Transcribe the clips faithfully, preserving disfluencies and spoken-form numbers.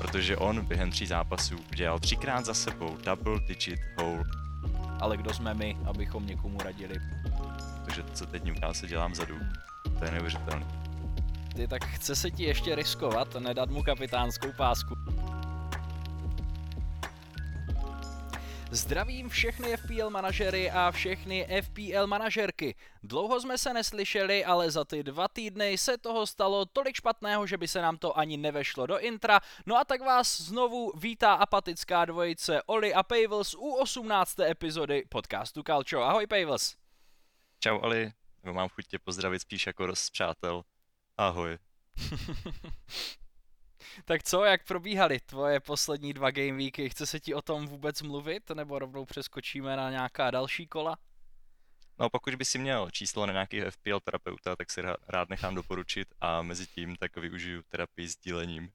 protože on během tří zápasů udělal třikrát za sebou double digit hole. Ale kdo jsme my, abychom někomu radili? Takže co teď Newcastle se dělám vzadu, to je neuvěřitelné. Ty, tak chce se ti ještě riskovat, nedat mu kapitánskou pásku. Zdravím všechny F P L manažery a všechny F P L manažerky. Dlouho jsme se neslyšeli, ale za ty dva týdny se toho stalo tolik špatného, že by se nám to ani nevešlo do intra. No a tak vás znovu vítá apatická dvojice Oli a Pavels u osmnácté epizody podcastu Calcio. Ahoj Pavels. Čau Oli, nebo mám chuť tě pozdravit spíš jako rozpřátel. Ahoj. Tak co, jak probíhaly tvoje poslední dva game weeky? Chce se ti o tom vůbec mluvit, nebo rovnou přeskočíme na nějaká další kola? No pokud by si měl číslo na nějakého F P L terapeuta, tak si rád nechám doporučit a mezi tím tak využiju terapii sdílením.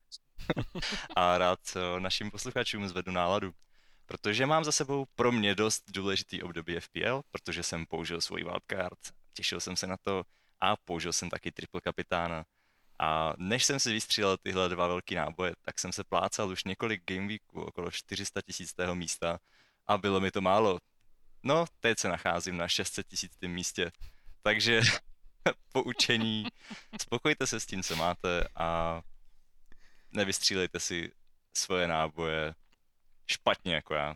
A rád našim posluchačům zvedu náladu. Protože mám za sebou pro mě dost důležitý období F P L, protože jsem použil svůj wildcard, těšil jsem se na to a použil jsem taky triple kapitána. A než jsem si vystřílel tyhle dva velký náboje, tak jsem se plácal už několik gameweeků okolo čtyři sta tisíctého místa a bylo mi to málo. No, teď se nacházím na šest set tisíctém místě, takže poučení, spokojte se s tím, co máte a nevystřílejte si svoje náboje špatně jako já.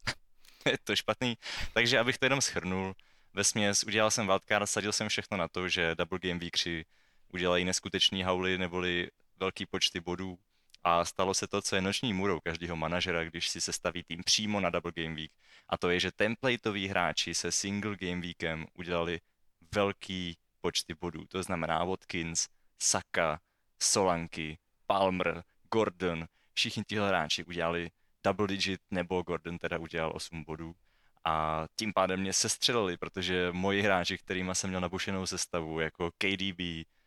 Je to špatný, takže abych to jenom shrnul, vesměs udělal jsem wildcard, sadil jsem všechno na to, že Double Game Week tři udělají neskutečný hauly neboli velký počty bodů a stalo se to, co je noční můrou každého manažera, když si sestaví tým přímo na Double Game Week, a to je, že templateoví hráči se Single Game Weekem udělali velký počty bodů, to znamená Watkins, Saka, Solanky, Palmer, Gordon, všichni tihle hráči udělali double digit, nebo Gordon teda udělal osm bodů a tím pádem mě sestřelili, protože moji hráči, kterýma jsem měl nabušenou sestavu, jako K D B,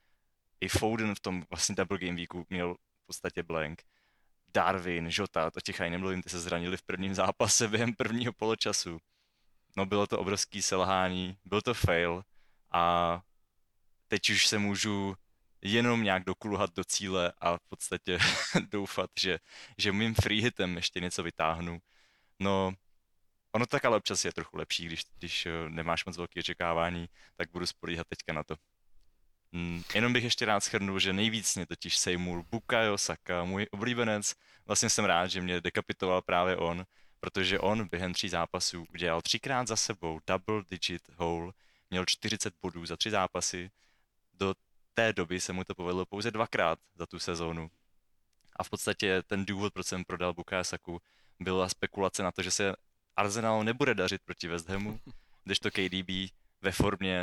i Foden v tom vlastně double game weeku měl v podstatě blank. Darwin, Jota, to těch ani nemluvím, ty se zranili v prvním zápase během prvního poločasu. No bylo to obrovský selhání, byl to fail a teď už se můžu jenom nějak dokulhat do cíle a v podstatě doufat, že, že mým free hitem ještě něco vytáhnu. No, ono tak ale občas je trochu lepší, když, když nemáš moc velké očekávání, tak budu spolíhat teďka na to. Hmm, jenom bych ještě rád shrnul, že nejvíc mě totiž sejmul Bukayo Saka, můj oblíbenec. Vlastně jsem rád, že mě dekapitoval právě on, protože on během tří zápasů udělal třikrát za sebou double digit hole, měl čtyřicet bodů za tři zápasy. Do té doby se mu to povedlo pouze dvakrát za tu sezónu. A v podstatě ten důvod, proč jsem prodal Bukayo Saku, byla spekulace na to, že se Arsenalu nebude dařit proti West Hamu, kdežto K D B ve formě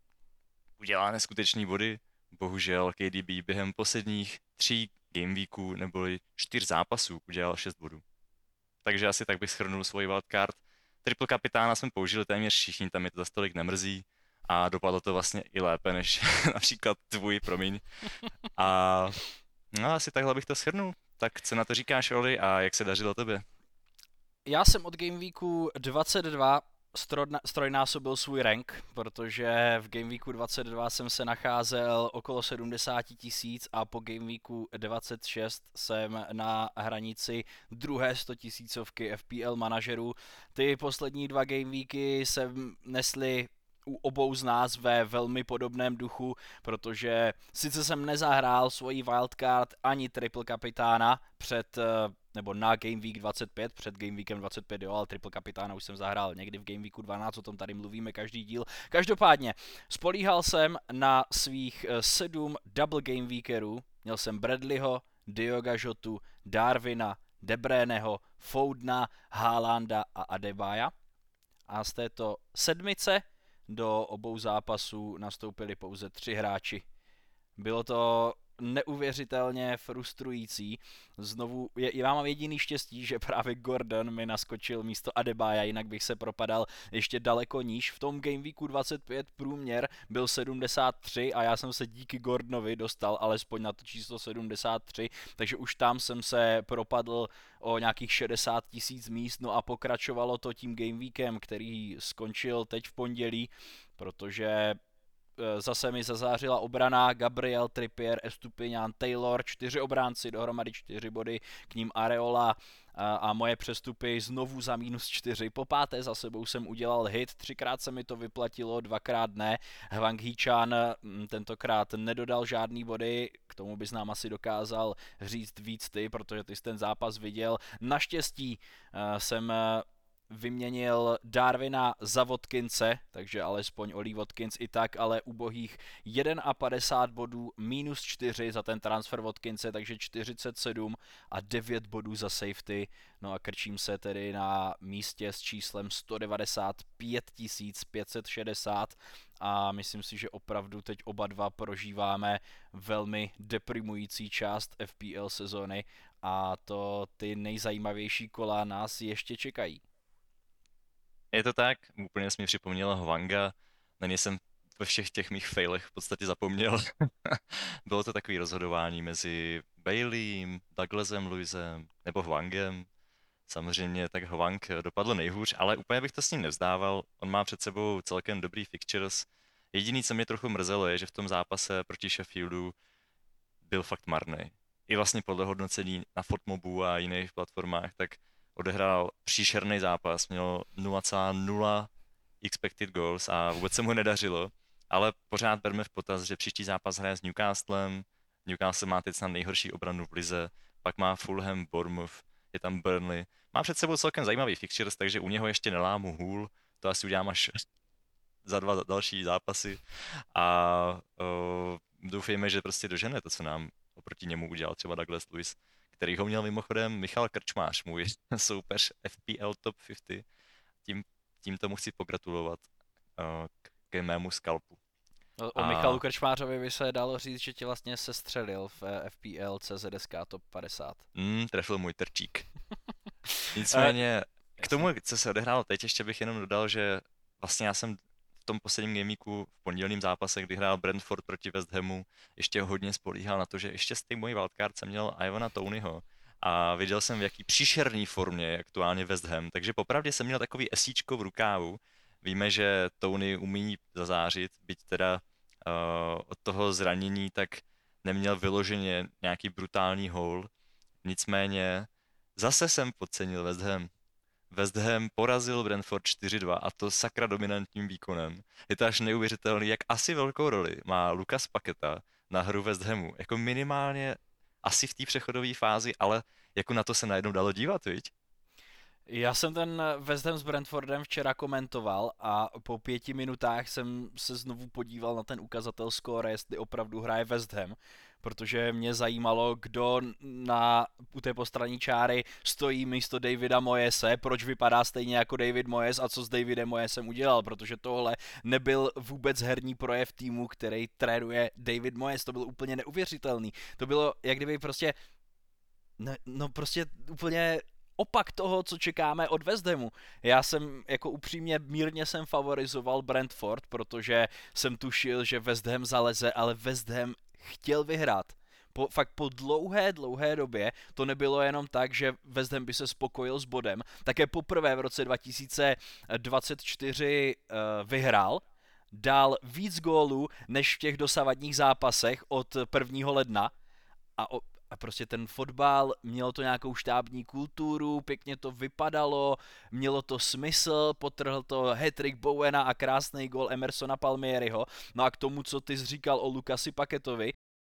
udělá neskutečný body. Bohužel K D B během posledních tří gameweeků neboli čtyř zápasů udělal šest bodů. Takže asi tak bych shrnul svůj wildcard. Triple kapitána jsme použili téměř všichni, tam je to za stolik nemrzí a dopadlo to vlastně i lépe než například tvůj, promiň. A no, asi takhle bych to shrnul. Tak co na to říkáš, Oli, a jak se dařilo tobě? Já jsem od gameweeku dvacet dva strojnásobil svůj rank, protože v gameweeku dvacet dva jsem se nacházel okolo sedmdesát tisíc a po gameweeku dvacet šest jsem na hranici druhé stotisícovky F P L manažerů. Ty poslední dva gameweeky jsem nesli u obou z nás ve velmi podobném duchu, protože sice jsem nezahrál svoji wildcard ani triple kapitána před, nebo na Game Week dvacet pět, před Game Weekem dvacet pět, jo, ale triple kapitána už jsem zahrál někdy v Game Weeku dvanáct, o tom tady mluvíme každý díl. Každopádně, spolíhal jsem na svých sedm double Game Weekerů, měl jsem Bradleyho, Dioga Jotu, Darwina, De Bruyneho, Foudna, Haalanda a Adebaya. A z této sedmice do obou zápasů nastoupili pouze tři hráči. Bylo to neuvěřitelně frustrující. Znovu, je, já mám jediný štěstí, že právě Gordon mi naskočil místo Adebaya, jinak bych se propadal ještě daleko níž. V tom gameweeku dvacet pět průměr byl sedmdesát tři a já jsem se díky Gordonovi dostal alespoň na to číslo sedmdesát tři, takže už tam jsem se propadl o nějakých šedesát tisíc míst, no a pokračovalo to tím gameweekem, který skončil teď v pondělí, protože zase mi zazářila obrana, Gabriel, Trippier, Estupiñán, Taylor, čtyři obránci, dohromady čtyři body, k ním Areola a, a moje přestupy znovu za minus čtyři. Po páté za sebou jsem udělal hit, třikrát se mi to vyplatilo, dvakrát ne. Hwang Hee-chan tentokrát nedodal žádný body, k tomu bys nám asi dokázal říct víc ty, protože ty jsi ten zápas viděl. Naštěstí uh, jsem uh, vyměnil Darwina za Watkinse, takže alespoň Oli Watkins i tak, ale ubohých padesát jedna bodů, minus čtyři za ten transfer Watkinse, takže čtyřicet sedm a devět bodů za safety. No a krčím se tedy na místě s číslem sto devadesát pět tisíc pět set šedesát a myslím si, že opravdu teď oba dva prožíváme velmi deprimující část F P L sezóny a to ty nejzajímavější kola nás ještě čekají. Je to tak, úplně jsi mi připomněla Hwanga, na něj jsem ve všech těch mých failech v podstatě zapomněl. Bylo to takové rozhodování mezi Baileym, Douglasem Luisem nebo Hwangem. Samozřejmě tak Hwang dopadl nejhůř, ale úplně bych to s ním nevzdával. On má před sebou celkem dobrý fixtures. Jediný, co mě trochu mrzelo, je, že v tom zápase proti Sheffieldu byl fakt marný. I vlastně podle hodnocení na Fotmobu a jiných platformách, tak odehrál příšerný zápas, měl nula celá nula expected goals a vůbec se mu nedařilo, ale pořád berme v potaz, že příští zápas hraje s Newcastlem, Newcastle má teď snad nejhorší obranu v lize, pak má Fulham, Bournemouth, je tam Burnley, má před sebou celkem zajímavý fixtures, takže u něho ještě nelámu hůl, to asi udělám až za dva další zápasy a uh, doufejme, že prostě dožene to, co nám oproti němu udělal třeba Douglas Luiz, který ho měl mimochodem Michal Krčmář, můj soupeř F P L Top padesát. Tím, tím tomu chci pogratulovat uh, k, k mému skalpu. O, o A... Michalu Krčmářovi by se dalo říct, že ti vlastně sestřelil v F P L C Z S K Top padesát. Mm, trefil můj trčík. Nicméně, k tomu, co se odehrálo teď, ještě bych jenom dodal, že vlastně já jsem v tom posledním gameweeku v pondělním zápase, kdy hrál Brentford proti West Hamu, ještě hodně spolíhal na to, že ještě z té mojí wildcard jsem měl Ivana Tonyho a viděl jsem, v jaký příšerný formě je aktuálně West Ham, takže popravdě jsem měl takový esíčko v rukávu. Víme, že Tony umí zazářit, byť teda uh, od toho zranění tak neměl vyloženě nějaký brutální hole, nicméně zase jsem podcenil West Ham. West Ham porazil Brentford čtyři dva a to sakra dominantním výkonem. Je to až neuvěřitelný, jak asi velkou roli má Lucas Paqueta na hru West Hamu. Jako minimálně asi v té přechodové fázi, ale jako na to se najednou dalo dívat, viď? Já jsem ten West Ham s Brentfordem včera komentoval a po pěti minutách jsem se znovu podíval na ten ukazatel score, jestli opravdu hraje West Ham, protože mě zajímalo, kdo na, u té postranní čáry stojí místo Davida Moyese, proč vypadá stejně jako David Moyes a co s Davidem Moyesem udělal, protože tohle nebyl vůbec herní projev týmu, který trénuje David Moyes, to bylo úplně neuvěřitelný. To bylo, jak kdyby prostě, no, no prostě úplně opak toho, co čekáme od West Hamu. Já jsem jako upřímně mírně jsem favorizoval Brentford, protože jsem tušil, že West Ham zaleze, ale West Ham chtěl vyhrát. Po, fakt po dlouhé, dlouhé době to nebylo jenom tak, že West Ham by se spokojil s bodem. Také poprvé v roce dva tisíce dvacet čtyři uh, vyhrál, dal víc gólů než v těch dosavadních zápasech od prvního ledna a o, a prostě ten fotbal, mělo to nějakou štábní kulturu, pěkně to vypadalo, mělo to smysl, potrhl to hat-trick Bowena a krásný gól Emersona Palmieriho. No a k tomu, co ty jsi říkal o Lucasi Paquetovi,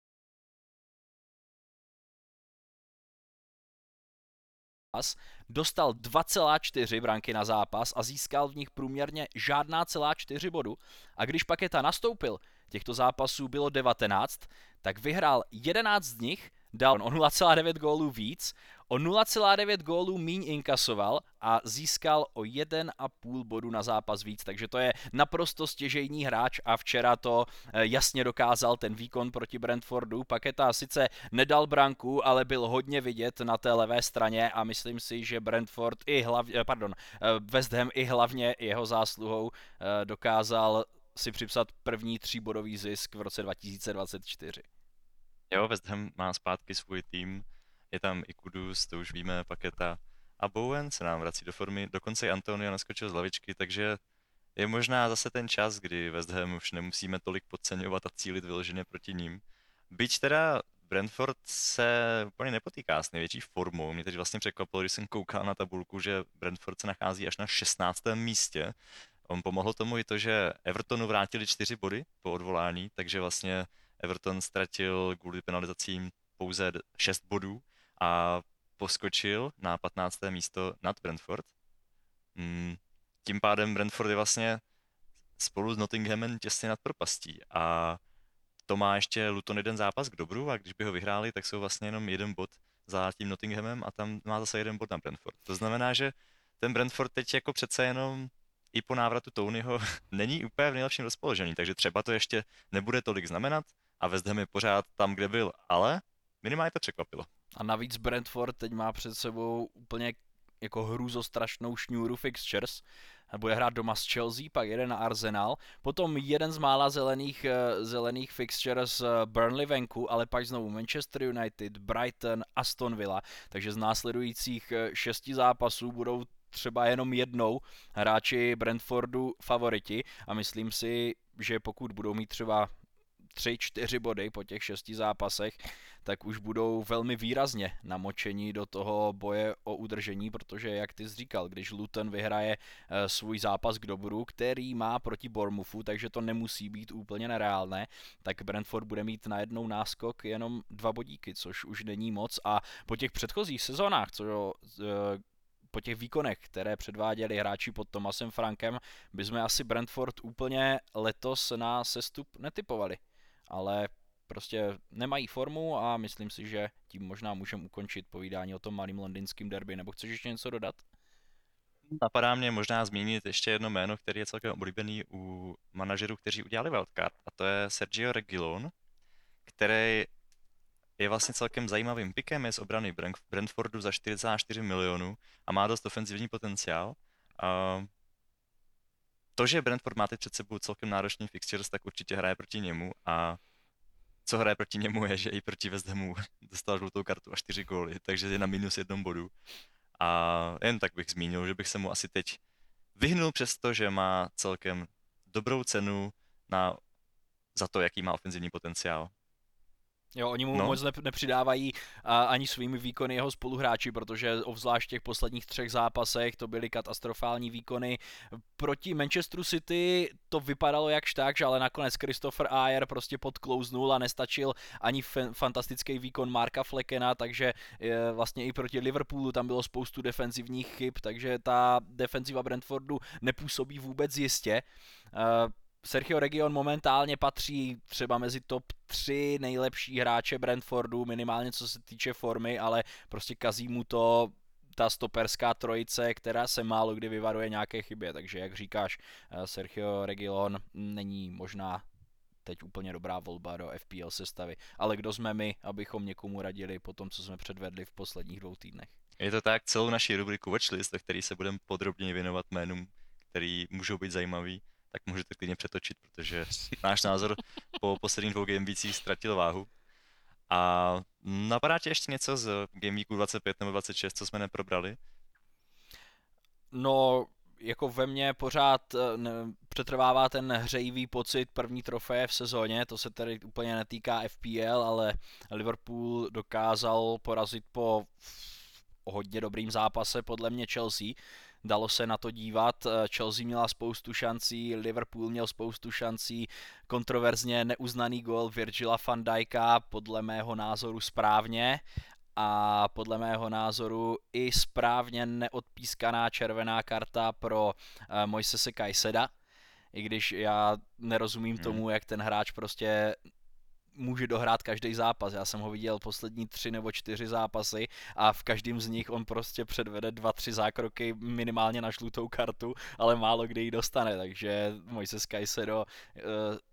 dostal dva celá čtyři branky na zápas a získal v nich průměrně žádná celá čtyři bodu. A když Paqueta nastoupil, těchto zápasů bylo devatenáct, tak vyhrál jedenáct z nich, dal o nula celá devět gólů víc, o nula celá devět gólů míň inkasoval a získal o jeden a půl bodu na zápas víc, takže to je naprosto stěžejní hráč a včera to jasně dokázal ten výkon proti Brentfordu. Paqueta sice nedal branku, ale byl hodně vidět na té levé straně a myslím si, že Brentford i hlavně, pardon, West Ham i hlavně jeho zásluhou dokázal si připsat první tříbodový zisk v roce dva tisíce dvacet čtyři. Jo, West Ham má zpátky svůj tým, je tam i Kudus, to už víme, Paqueta a Bowen se nám vrací do formy, dokonce i Antonio naskočil z lavičky, takže je možná zase ten čas, kdy West Ham už nemusíme tolik podceňovat a cílit vyloženě proti ním. Byť teda Brentford se úplně nepotýká s největší formou. Mě teď vlastně překvapilo, když jsem koukal na tabulku, že Brentford se nachází až na šestnáctém místě. On pomohlo tomu i to, že Evertonu vrátili čtyři body po odvolání, takže vlastně Everton ztratil kvůli penalizacím pouze šest bodů a poskočil na patnácté místo nad Brentford. Mm, tím pádem Brentford je vlastně spolu s Nottinghamem těsně nad propastí a to má ještě Luton jeden zápas k dobru a když by ho vyhráli, tak jsou vlastně jenom jeden bod za tím Nottinghamem a tam má zase jeden bod na Brentford. To znamená, že ten Brentford teď jako přece jenom i po návratu Tonyho není úplně v nejlepším rozpoložení, takže třeba to ještě nebude tolik znamenat a West Ham je pořád tam, kde byl, ale minimálně to překvapilo. A navíc Brentford teď má před sebou úplně jako hrůzostrašnou šňůru fixtures. Bude hrát doma s Chelsea, pak jeden na Arsenal, potom jeden z mála zelených, zelených fixtures Burnley venku, ale pak znovu Manchester United, Brighton, Aston Villa, takže z následujících šesti zápasů budou třeba jenom jednou hráči Brentfordu favoriti a myslím si, že pokud budou mít třeba tři, čtyři body po těch šesti zápasech, tak už budou velmi výrazně namočení do toho boje o udržení, protože jak ty jsi říkal, když Luton vyhraje svůj zápas k dobru, který má proti Bournemouthu, takže to nemusí být úplně nereálné, tak Brentford bude mít najednou náskok jenom dva bodíky, což už není moc a po těch předchozích sezónách, co po těch výkonech, které předváděli hráči pod Thomasem Frankem, bychom asi Brentford úplně letos na sestup netypovali. Ale prostě nemají formu a myslím si, že tím možná můžeme ukončit povídání o tom malým londýnském derby. Nebo chceš ještě něco dodat? Napadá mě možná zmínit ještě jedno jméno, který je celkem oblíbený u manažerů, kteří udělali wildcard, a to je Sergio Reguilón, který je vlastně celkem zajímavým pikem, je z obrany Brentfordu za čtyři celá čtyři milionů a má dost ofenzivní potenciál. A to, že Brentford má teď před sebou celkem náročný fixtures, tak určitě hraje proti němu a co hraje proti němu je, že i proti West Hamu dostal žlutou kartu a čtyři góly, takže je na minus jednom bodu. A jen tak bych zmínil, že bych se mu asi teď vyhnul přesto, že má celkem dobrou cenu na, za to, jaký má ofenzivní potenciál. Jo, oni mu no. moc nepřidávají a, ani svými výkony jeho spoluhráči, protože obzvlášť v těch posledních třech zápasech to byly katastrofální výkony. Proti Manchesteru City to vypadalo jakž tak, že ale nakonec Christopher Ayer prostě podklouznul a nestačil ani f- fantastický výkon Marka Fleckena, takže je, vlastně i proti Liverpoolu tam bylo spoustu defenzivních chyb, takže ta defenziva Brentfordu nepůsobí vůbec jistě. Uh, Sergio Reguilón momentálně patří třeba mezi top tři nejlepší hráče Brentfordu, minimálně co se týče formy, ale prostě kazí mu to ta stoperská trojice, která se málo kdy vyvaruje nějaké chybě, takže jak říkáš, Sergio Reguilón není možná teď úplně dobrá volba do F P L sestavy, ale kdo jsme my, abychom někomu radili po tom, co jsme předvedli v posledních dvou týdnech. Je to tak, celou naši rubriku Watchlist, ve který se budeme podrobně věnovat jménům, který můžou být zajímavý, tak můžete klidně přetočit, protože náš názor po posledních dvou gameweecích ztratil váhu. A napadá tě ještě něco z gameweeku dvacet pět nebo dvacet šest, co jsme neprobrali? No, jako ve mně pořád ne, přetrvává ten hřejivý pocit první trofeje v sezóně, to se tedy úplně netýká F P L, ale Liverpool dokázal porazit po hodně dobrým zápase podle mě Chelsea. Dalo se na to dívat, Chelsea měla spoustu šancí, Liverpool měl spoustu šancí, kontroverzně neuznaný gól Virgila van Dijka, podle mého názoru správně, a podle mého názoru i správně neodpískaná červená karta pro uh, Moisese Caicedo, i když já nerozumím hmm. tomu, jak ten hráč prostě může dohrát každý zápas. Já jsem ho viděl poslední tři nebo čtyři zápasy a v každém z nich on prostě předvede dva, tři zákroky minimálně na žlutou kartu, ale málo kdy ji dostane, takže Moises Caicedo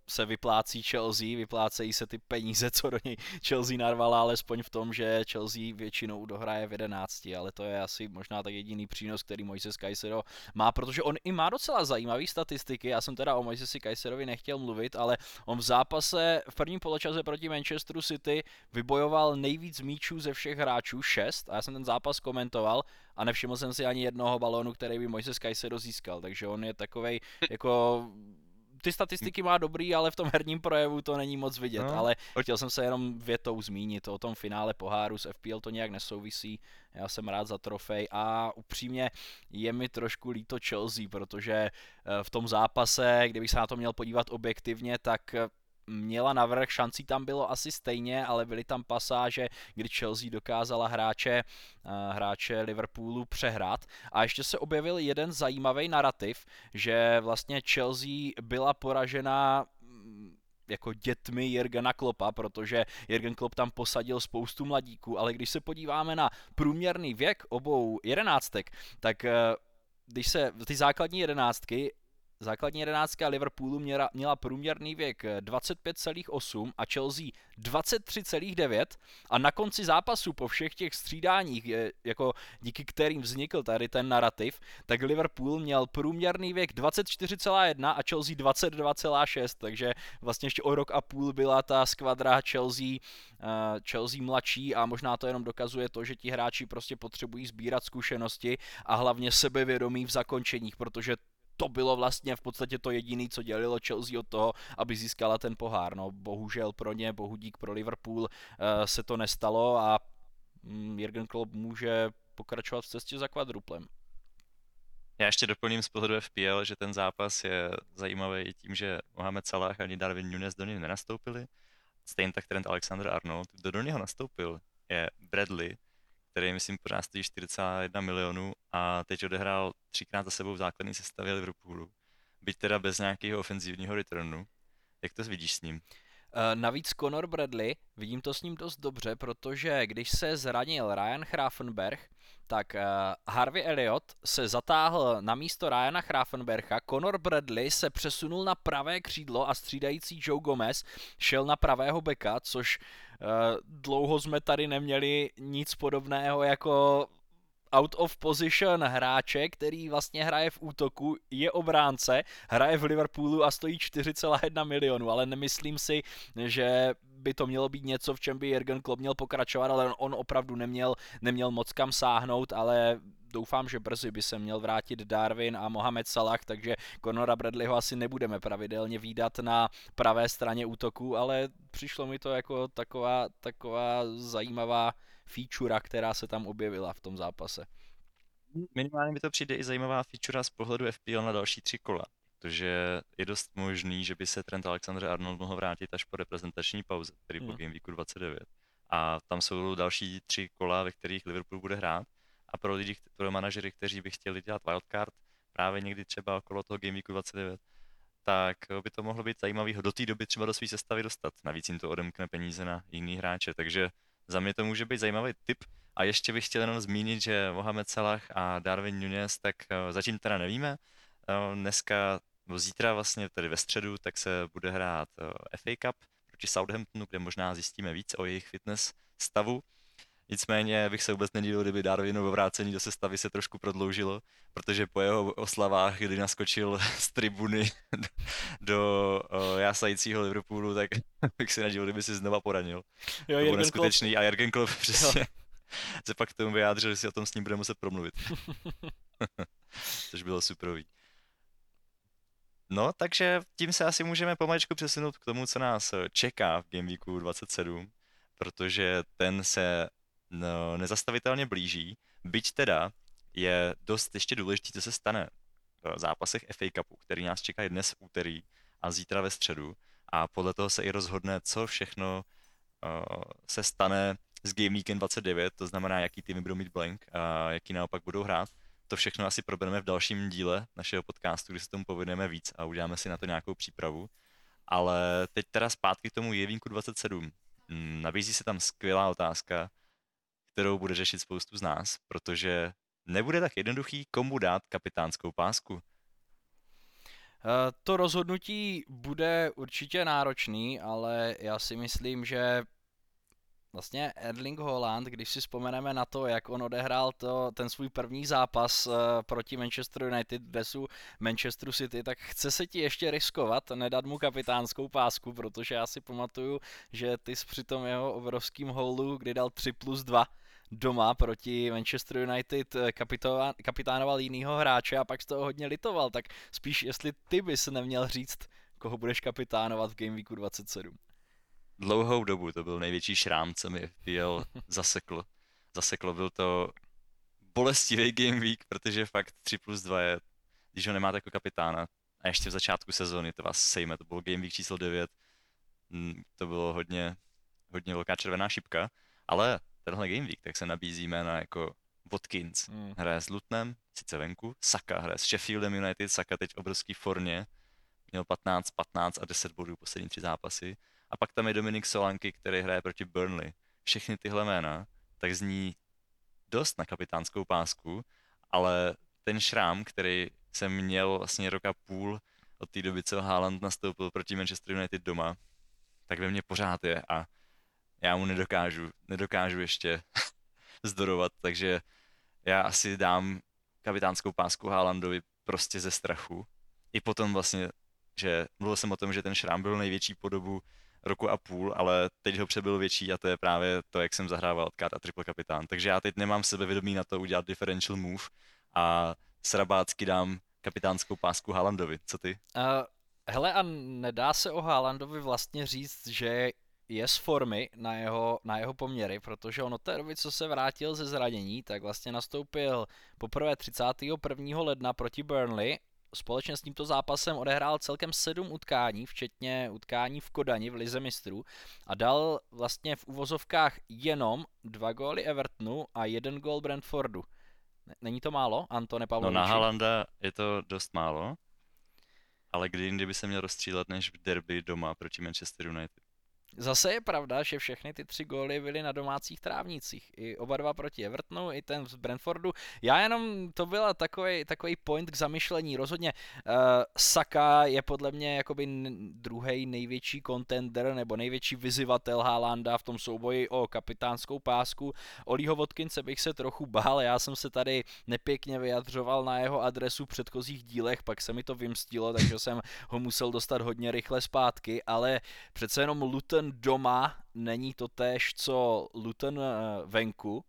se vyplácí Chelsea, vyplácejí se ty peníze, co do něj Chelsea narvala, alespoň v tom, že Chelsea většinou dohraje v jedenácti, ale to je asi možná tak jediný přínos, který Moises Caicedo má, protože on i má docela zajímavé statistiky. Já jsem teda o Moisesi Caicedovi nechtěl mluvit, ale on v zápase v prvním poločase proti Manchesteru City vybojoval nejvíc míčů ze všech hráčů, šest, a já jsem ten zápas komentoval a nevšiml jsem si ani jednoho balónu, který by Moises Caicedo získal, takže on je takovej jako... Ty statistiky má dobrý, ale v tom herním projevu to není moc vidět, no, ale chtěl jsem se jenom větou zmínit o tom finále poháru s F P L, to nějak nesouvisí, já jsem rád za trofej a upřímně je mi trošku líto Chelsea, protože v tom zápase, kdybych se na to měl podívat objektivně, tak měla navrch, šancí tam bylo asi stejně, ale byly tam pasáže, kdy Chelsea dokázala hráče, hráče Liverpoolu přehrát. A ještě se objevil jeden zajímavý narrativ, že vlastně Chelsea byla poražena jako dětmi Jurgena Kloppa, protože Jurgen Klopp tam posadil spoustu mladíků, ale když se podíváme na průměrný věk obou jedenáctek, tak když se ty základní jedenáctky Základní jedenáctka Liverpoolu měla, měla průměrný věk dvacet pět celá osm a Chelsea dvacet tři celá devět a na konci zápasu po všech těch střídáních, jako díky kterým vznikl tady ten narrativ, tak Liverpool měl průměrný věk dvacet čtyři celá jedna a Chelsea dvacet dva celá šest, takže vlastně ještě o rok a půl byla ta skvadra Chelsea, uh, Chelsea mladší a možná to jenom dokazuje to, že ti hráči prostě potřebují sbírat zkušenosti a hlavně sebevědomí v zakončeních, protože to bylo vlastně v podstatě to jediné, co dělilo Chelsea od toho, aby získala ten pohár. No, bohužel pro ně, bohudík pro Liverpool se to nestalo a Jurgen Klopp může pokračovat v cestě za kvadruplem. Já ještě doplním z pohledu F P L, že ten zápas je zajímavý i tím, že Mohamed Salah ani Darwin Núñez do něj nenastoupili. Stejně tak Trent Alexander-Arnold. Kdo do něho nastoupil je Bradley, který myslím pořád stojí čtyři celá jedna milionu a teď odehrál třikrát za sebou v základní sestavě Liverpoolu. Byť teda bez nějakého ofenzivního returnu. Jak to vidíš s ním? Navíc Conor Bradley, vidím to s ním dost dobře, protože když se zranil Ryan Gravenberch, tak Harvey Elliott se zatáhl na místo Ryana Gravenbercha, Conor Bradley se přesunul na pravé křídlo a střídající Joe Gomez šel na pravého beka, což dlouho jsme tady neměli nic podobného jako out of position hráče, který vlastně hraje v útoku, je obránce, hraje v Liverpoolu a stojí čtyři celá jedna milionu, ale nemyslím si, že by to mělo být něco, v čem by Jurgen Klopp měl pokračovat, ale on opravdu neměl, neměl moc kam sáhnout, ale doufám, že brzy by se měl vrátit Darwin a Mohamed Salah, takže Conora Bradleyho asi nebudeme pravidelně vídat na pravé straně útoku, ale přišlo mi to jako taková, taková zajímavá feature, která se tam objevila v tom zápase. Minimálně mi to přijde i zajímavá feature z pohledu F P L na další tři kola, protože je dost možný, že by se Trent Alexander-Arnold mohl vrátit až po reprezentační pauze, tedy po hmm. Game Weeku dvacet devět. A tam jsou další tři kola, ve kterých Liverpool bude hrát. A pro lidi, pro manažery, kteří by chtěli dělat wildcard, právě někdy třeba okolo toho Game Weeku dvacet devět, tak by to mohlo být zajímavý ho do té doby třeba do své sestavy dostat. Navíc jim to odemkne peníze na jiný hráče, takže za mě to může být zajímavý tip. A ještě bych chtěl jenom zmínit, že Mohamed Salah a Darwin Núñez, tak zatím teda nevíme. Dneska, nebo zítra vlastně, tedy ve středu, tak se bude hrát F A Cup proti Southamptonu, kde možná zjistíme víc o jejich fitness stavu. Nicméně bych se vůbec nedivil, kdyby Darwinovo vrácení do sestavy se trošku prodloužilo, protože po jeho oslavách, kdy naskočil z tribuny do, do o, jásajícího Liverpoolu, tak bych se nedivil, kdyby si znova poranil. Jo, to byl neskutečný Klopp. A Jurgen Klopp přesně jo. se pak k tomu vyjádřil, že si o tom s ním bude muset promluvit. Což bylo superový. No, takže tím se asi můžeme pomaličku přesunout k tomu, co nás čeká v Game Weeku dvacet sedm, protože ten se no, nezastavitelně blíží, byť teda je dost ještě důležitý, co se stane v zápasech F A Cupu, který nás čeká dnes v úterý a zítra ve středu a podle toho se i rozhodne, co všechno uh, se stane s Game Weekem dvacet devět, to znamená, jaký týmy budou mít blank a jaký naopak budou hrát. To všechno asi probereme v dalším díle našeho podcastu, kdy se tomu povedeme víc a uděláme si na to nějakou přípravu. Ale teď teda zpátky k tomu Jevínku dvacet sedm. Nabízí se tam skvělá otázka, kterou bude řešit spoustu z nás, protože nebude tak jednoduchý, komu dát kapitánskou pásku. Eh, To rozhodnutí bude určitě náročný, ale já si myslím, že vlastně Erling Haaland, když si vzpomeneme na to, jak on odehrál to, ten svůj první zápas uh, proti Manchester United v dresu Manchesteru City, tak chce se ti ještě riskovat, nedat mu kapitánskou pásku, protože já si pamatuju, že ty jsi při tom jeho obrovským houlu, kdy dal tři plus dva doma proti Manchester United kapitánoval jinýho hráče a pak z toho hodně litoval, tak spíš jestli ty bys neměl říct, koho budeš kapitánovat v Game Weeku dvacet sedm. Dlouhou dobu to byl největší šrám, co mi F P L zasekl. Zaseklo, byl to bolestivý game week, protože fakt tři plus dva je, když ho nemáte jako kapitána a ještě v začátku sezóny to vás sejme, to byl game week číslo devět, to bylo hodně, hodně velká červená šipka, ale tenhle game week tak se nabízí jména jako Watkins, Hmm. hraje s Lutonem, sice venku, Saka hraje s Sheffieldem United, Saka teď v obrovský formě, měl patnáct, patnáct a deset bodů poslední tři zápasy. A pak tam je Dominik Solanky, který hraje proti Burnley. Všechny tyhle jména, tak zní dost na kapitánskou pásku, ale ten šrám, který jsem měl vlastně roka půl od té doby, co Haaland nastoupil proti Manchester United doma, tak ve mně pořád je a já mu nedokážu, nedokážu ještě zdorovat, takže já asi dám kapitánskou pásku Haalandovi prostě ze strachu. I potom vlastně, že mluvil jsem o tom, že ten šrám byl největší po dobu roku a půl, ale teď ho přebyl větší a to je právě to, jak jsem zahrával Wildcard a triple kapitán. Takže já teď nemám sebevědomí na to udělat differential move a srabácky dám kapitánskou pásku Haalandovi. Co ty? Uh, hele, a nedá se o Haalandovi vlastně říct, že je z formy na jeho, na jeho poměry, protože on od té doby, co se vrátil ze zranění, tak vlastně nastoupil poprvé třicátého prvního ledna proti Burnley. Společně s tímto zápasem odehrál celkem sedm utkání, včetně utkání v Kodani v Lize mistrů a dal vlastně v uvozovkách jenom dva góly Evertonu a jeden gól Brentfordu. Není to málo, Antone No Pavloviči? na Haalanda je to dost málo, ale kdy jindy by se měl rozstřílet než v derby doma proti Manchester United. Zase je pravda, že všechny ty tři góly byly na domácích trávnicích. I oba dva proti Evertonu, i ten z Brentfordu. Já jenom, to byl takový, takový point k zamyšlení. Rozhodně uh, Saka je podle mě jakoby druhý největší contender nebo největší vyzývatel Haalanda v tom souboji o kapitánskou pásku. Olího Watkinse bych se trochu bál, já jsem se tady nepěkně vyjadřoval na jeho adresu v předchozích dílech, pak se mi to vymstilo, takže jsem ho musel dostat hodně rychle zpátky, ale přece jenom Luton doma není to též, co Luton venku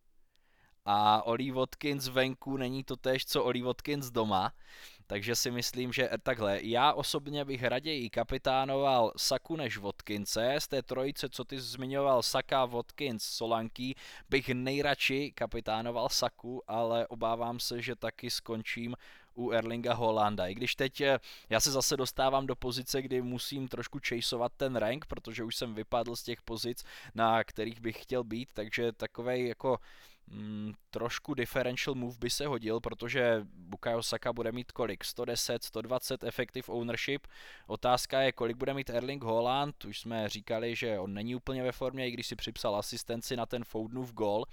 a Ollie Watkins venku není to též, co Ollie Watkins doma. Takže si myslím, že takhle, já osobně bych raději kapitánoval Saku než Watkinse, z té trojice, co ty zmiňoval, Saka, Watkins, Solanky, bych nejradši kapitánoval Saku, ale obávám se, že taky skončím u Erlinga Haalanda. I když teď já se zase dostávám do pozice, kdy musím trošku chaseovat ten rank, protože už jsem vypadl z těch pozic, na kterých bych chtěl být, takže takovej jako mm, trošku differential move by se hodil, protože Bukayo Saka bude mít kolik? sto deset, sto dvacet effective ownership. Otázka je, kolik bude mít Erling Haaland. Už jsme říkali, že on není úplně ve formě, i když si připsal asistenci na ten Fodenův gól.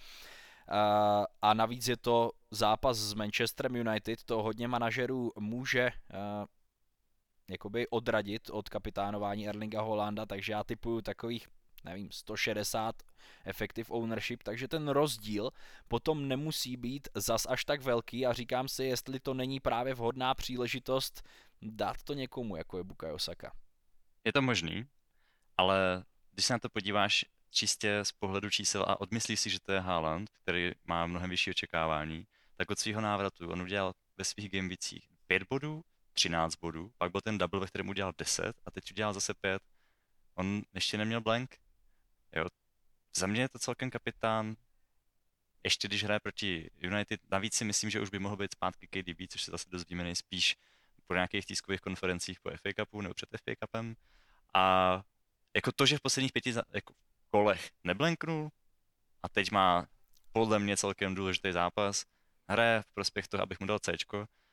Uh, a navíc je to zápas s Manchesterem United, to hodně manažerů může uh, jakoby odradit od kapitánování Erlinga Haalanda, takže já typuju takových, nevím, sto šedesát effective ownership, takže ten rozdíl potom nemusí být zas až tak velký a říkám si, jestli to není právě vhodná příležitost dát to někomu, jako je Bukayo Saka. Je to možný, ale když se na to podíváš čistě z pohledu čísel a odmyslíš si, že to je Haaland, který má mnohem vyšší očekávání, tak od svého návratu on udělal ve svých gamebicích pět bodů, třináct bodů, pak byl ten double, ve kterém udělal deset a teď udělal zase pět. On ještě neměl blank. Jo. Za mě je to celkem kapitán, ještě když hraje proti United, navíc si myslím, že už by mohl být zpátky K D B, což se zase dozvíme nejspíš po nějakých tiskových konferencích po F A Cupu nebo před F A Cupem. A jako to, že v posledních pěti jako kolech neblanknul a teď má podle mě celkem důležitý zápas, hraje v prospěch toho, abych mu dal C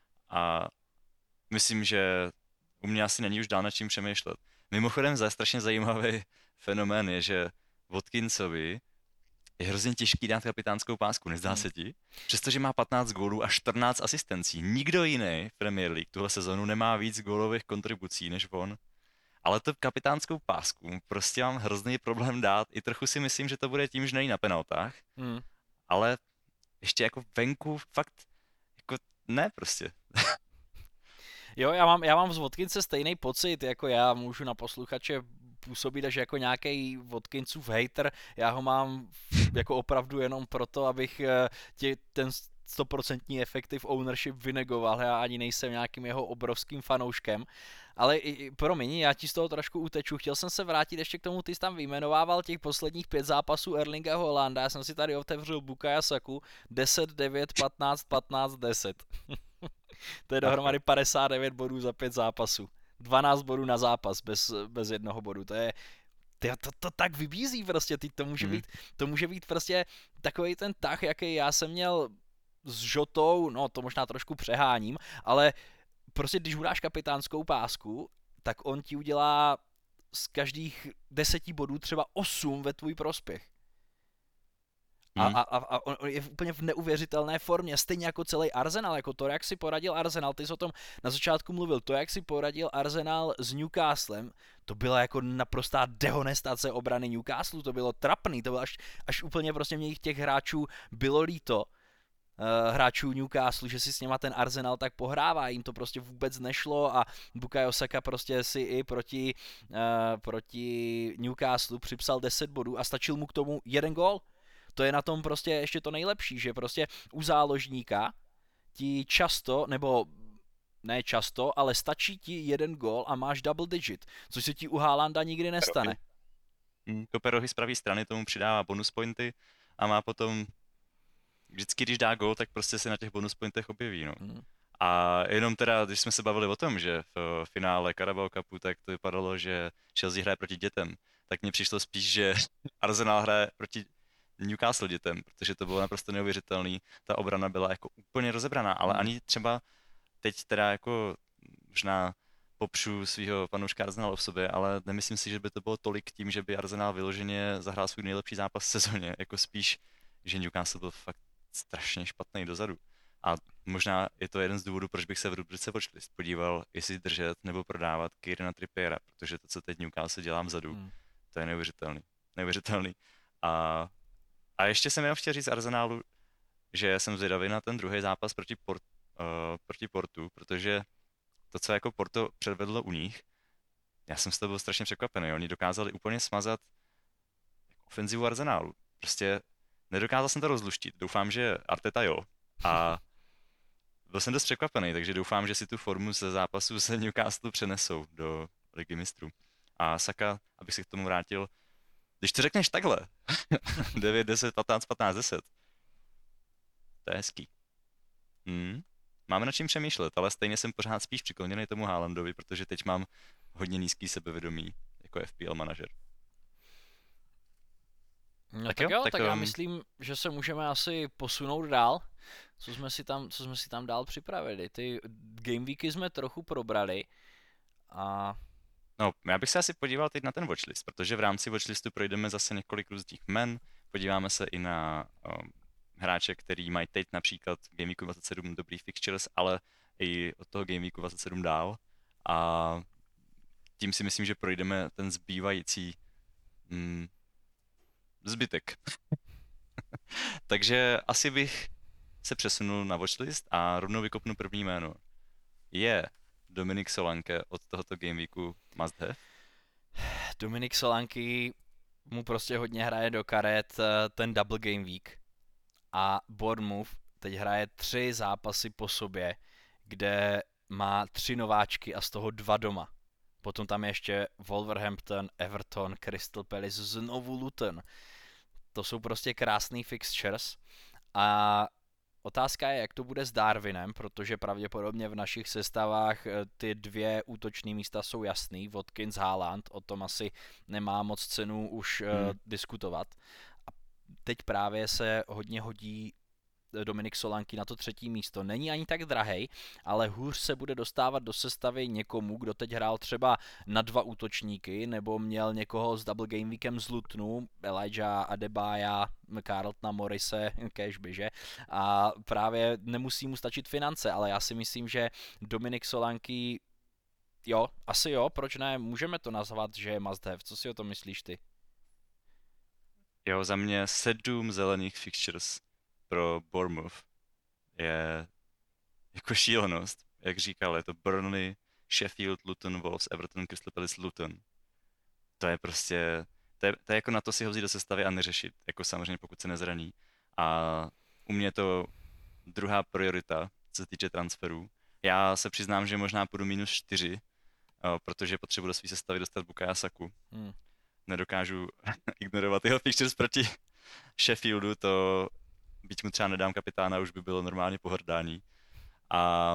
a myslím, že u mě asi není už dál nad čím přemýšlet. Mimochodem, za strašně zajímavý fenomén je, že Watkinsovi je hrozně těžký dát kapitánskou pásku, nezdá Hmm. se ti? Přestože má patnáct gólů a čtrnáct asistencí. Nikdo jiný v Premier League tuhle sezonu nemá víc gólových kontribucí než on. Ale tu kapitánskou pásku prostě mám hrozný problém dát. I trochu si myslím, že to bude tím, že není na penaltách. Hmm. Ale ještě jako venku fakt, jako ne prostě. Jo, já mám, já mám z Watkinse stejný pocit, jako já můžu na posluchače působit až jako nějaký Watkinsův hater, já ho mám jako opravdu jenom proto, abych eh, tě, ten stoprocentní effective ownership vynegoval, já ani nejsem nějakým jeho obrovským fanouškem, ale i, promiň, já ti z toho trošku uteču, chtěl jsem se vrátit ještě k tomu, ty jsi tam vyjmenovával těch posledních pět zápasů Erlinga Holanda, já jsem si tady otevřel Bukayo Saku, deset, devět, patnáct, patnáct, deset. To je dohromady padesát devět bodů za pět zápasů. dvanáct bodů na zápas bez, bez jednoho bodu. To je to, to, to tak vybízí prostě, ty, to může Hmm. být, to může být prostě takový ten tah, jaký já jsem měl s Žotou, no to možná trošku přeháním, ale prostě když mu dáš kapitánskou pásku, tak on ti udělá z každých deseti bodů třeba osm ve tvůj prospěch. A, Hmm. a, a, a on je úplně v neuvěřitelné formě, stejně jako celý Arsenal, jako to, jak si poradil Arsenal, ty jsi o tom na začátku mluvil, to, jak si poradil Arsenal s Newcastlem, to byla jako naprostá dehonestace obrany Newcastlu, to bylo trapný, to bylo až, až úplně prostě mě těch hráčů bylo líto, uh, hráčů Newcastle, že si s něma ten Arsenal tak pohrává, jim to prostě vůbec nešlo a Bukayo Saka prostě si i proti, uh, proti Newcastle připsal deset bodů a stačil mu k tomu jeden gól. To je na tom prostě ještě to nejlepší, že prostě u záložníka ti často, nebo ne často, ale stačí ti jeden gól a máš double digit, což se ti u Haalanda nikdy nestane. Kope rohy z pravé strany, tomu přidává bonus pointy a má potom, vždycky když dá gól, tak prostě se na těch bonus pointech objeví, no. Hmm. A jenom teda, když jsme se bavili o tom, že v finále Carabao Cupu, tak to vypadalo, že Chelsea hraje proti dětem, tak mně přišlo spíš, že Arsenal hraje proti Newcastle dětem, protože to bylo naprosto neuvěřitelný. Ta obrana byla jako úplně rozebraná, ale Hmm. ani třeba teď teda jako možná popřu svého fanouška Arsenalu v sobě, ale nemyslím si, že by to bylo tolik tím, že by Arsenal vyloženě zahrál svůj nejlepší zápas v sezóně, jako spíš, že Newcastle byl fakt strašně špatný dozadu. A možná je to jeden z důvodů, proč bych se v rubrice Watchlist podíval, jestli držet nebo prodávat Kierana Trippiera, protože to, co teď Newcastle dělá vzadu, Hmm. to je neuvěřitelný. Neuvěřitelný. A, a ještě jsem jenom chtěl říct Arsenalu, že jsem zvědavý na ten druhý zápas proti, Port, uh, proti Portu, protože to, co jako Porto předvedlo u nich, já jsem z toho byl strašně překvapený. Oni dokázali úplně smazat ofenzivu Arsenalu. Prostě nedokázal jsem to rozluštit. Doufám, že Arteta jo. A byl jsem dost překvapený, takže doufám, že si tu formu ze zápasu se Newcastle přenesou do Ligy mistrů. A Saka, abych se k tomu vrátil, když to řekneš takhle, devět, deset, patnáct, patnáct, deset, to je hezký. Hmm. Máme nad čím přemýšlet, ale stejně jsem pořád spíš přikloněný tomu Haalandovi, protože teď mám hodně nízký sebevědomí jako F P L manažer. No Tak tak, jo, jo, tak, tak já um, myslím, že se můžeme asi posunout dál. Co jsme si tam, co jsme si tam dál připravili? Ty gameweeky jsme trochu probrali a No, já bych se asi podíval teď na ten watchlist, protože v rámci watchlistu projdeme zase několik různých men, podíváme se i na um, hráče, který mají teď například v Gameweeku dvacet sedm dobrý fixtures, ale i od toho Gameweeku dvacet sedm dál. A tím si myslím, že projdeme ten zbývající mm, zbytek. Takže asi bych se přesunul na watchlist a rovnou vykopnu první jméno. Je Dominik Solanke od tohoto Gameweeku must have? Dominik Solanke mu prostě hodně hraje do karet ten double game week a Bournemouth teď hraje tři zápasy po sobě, kde má tři nováčky a z toho dva doma. Potom tam je ještě Wolverhampton, Everton, Crystal Palace, znovu Luton. To jsou prostě krásný fixtures a otázka je, jak to bude s Darwinem, protože pravděpodobně v našich sestavách ty dvě útočné místa jsou jasný, Watkins, Haaland, o tom asi nemá moc cenu už hmm. uh, diskutovat. A teď právě se hodně hodí Dominik Solanke na to třetí místo. Není ani tak drahej, ale hůř se bude dostávat do sestavy někomu, kdo teď hrál třeba na dva útočníky, nebo měl někoho s Double Game Weekem z Lutonu, Elijah Adebayo, Carltona Morrise, cashby, že? A právě nemusí mu stačit finance, ale já si myslím, že Dominik Solanke, jo, asi jo, proč ne, můžeme to nazvat, že je must have. Co si o tom myslíš ty? Jo, za mě sedm zelených fixtures pro Bournemouth je jako šílenost. Jak říkal, je to Burnley, Sheffield, Luton, Wolves, Everton, Crystal Palace, Luton. To je prostě, to je, to je jako na to si ho vzít do sestavy a neřešit, jako samozřejmě pokud se nezraní. A u mě je to druhá priorita, co se týče transferů. Já se přiznám, že možná půjdu minus čtyři, protože potřebuji do své sestavy dostat Bukayo Saku. Hmm. Nedokážu ignorovat jeho fixtures proti Sheffieldu, to byť mu třeba nedám kapitána, už by bylo normálně pohrdání. A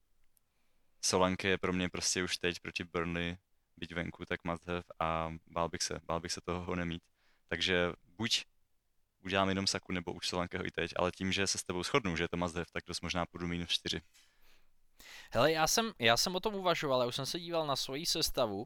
Solanke je pro mě prostě už teď proti Burnley, byť venku, tak must have a bál bych se, bál bych se toho nemít. Takže buď udělám jenom Saku, nebo už Solankeho i teď, ale tím, že se s tebou shodnu, že je to must have, tak dost možná půjdu minus čtyři. Hele, já jsem, já jsem o tom uvažoval, já už jsem se díval na svoji sestavu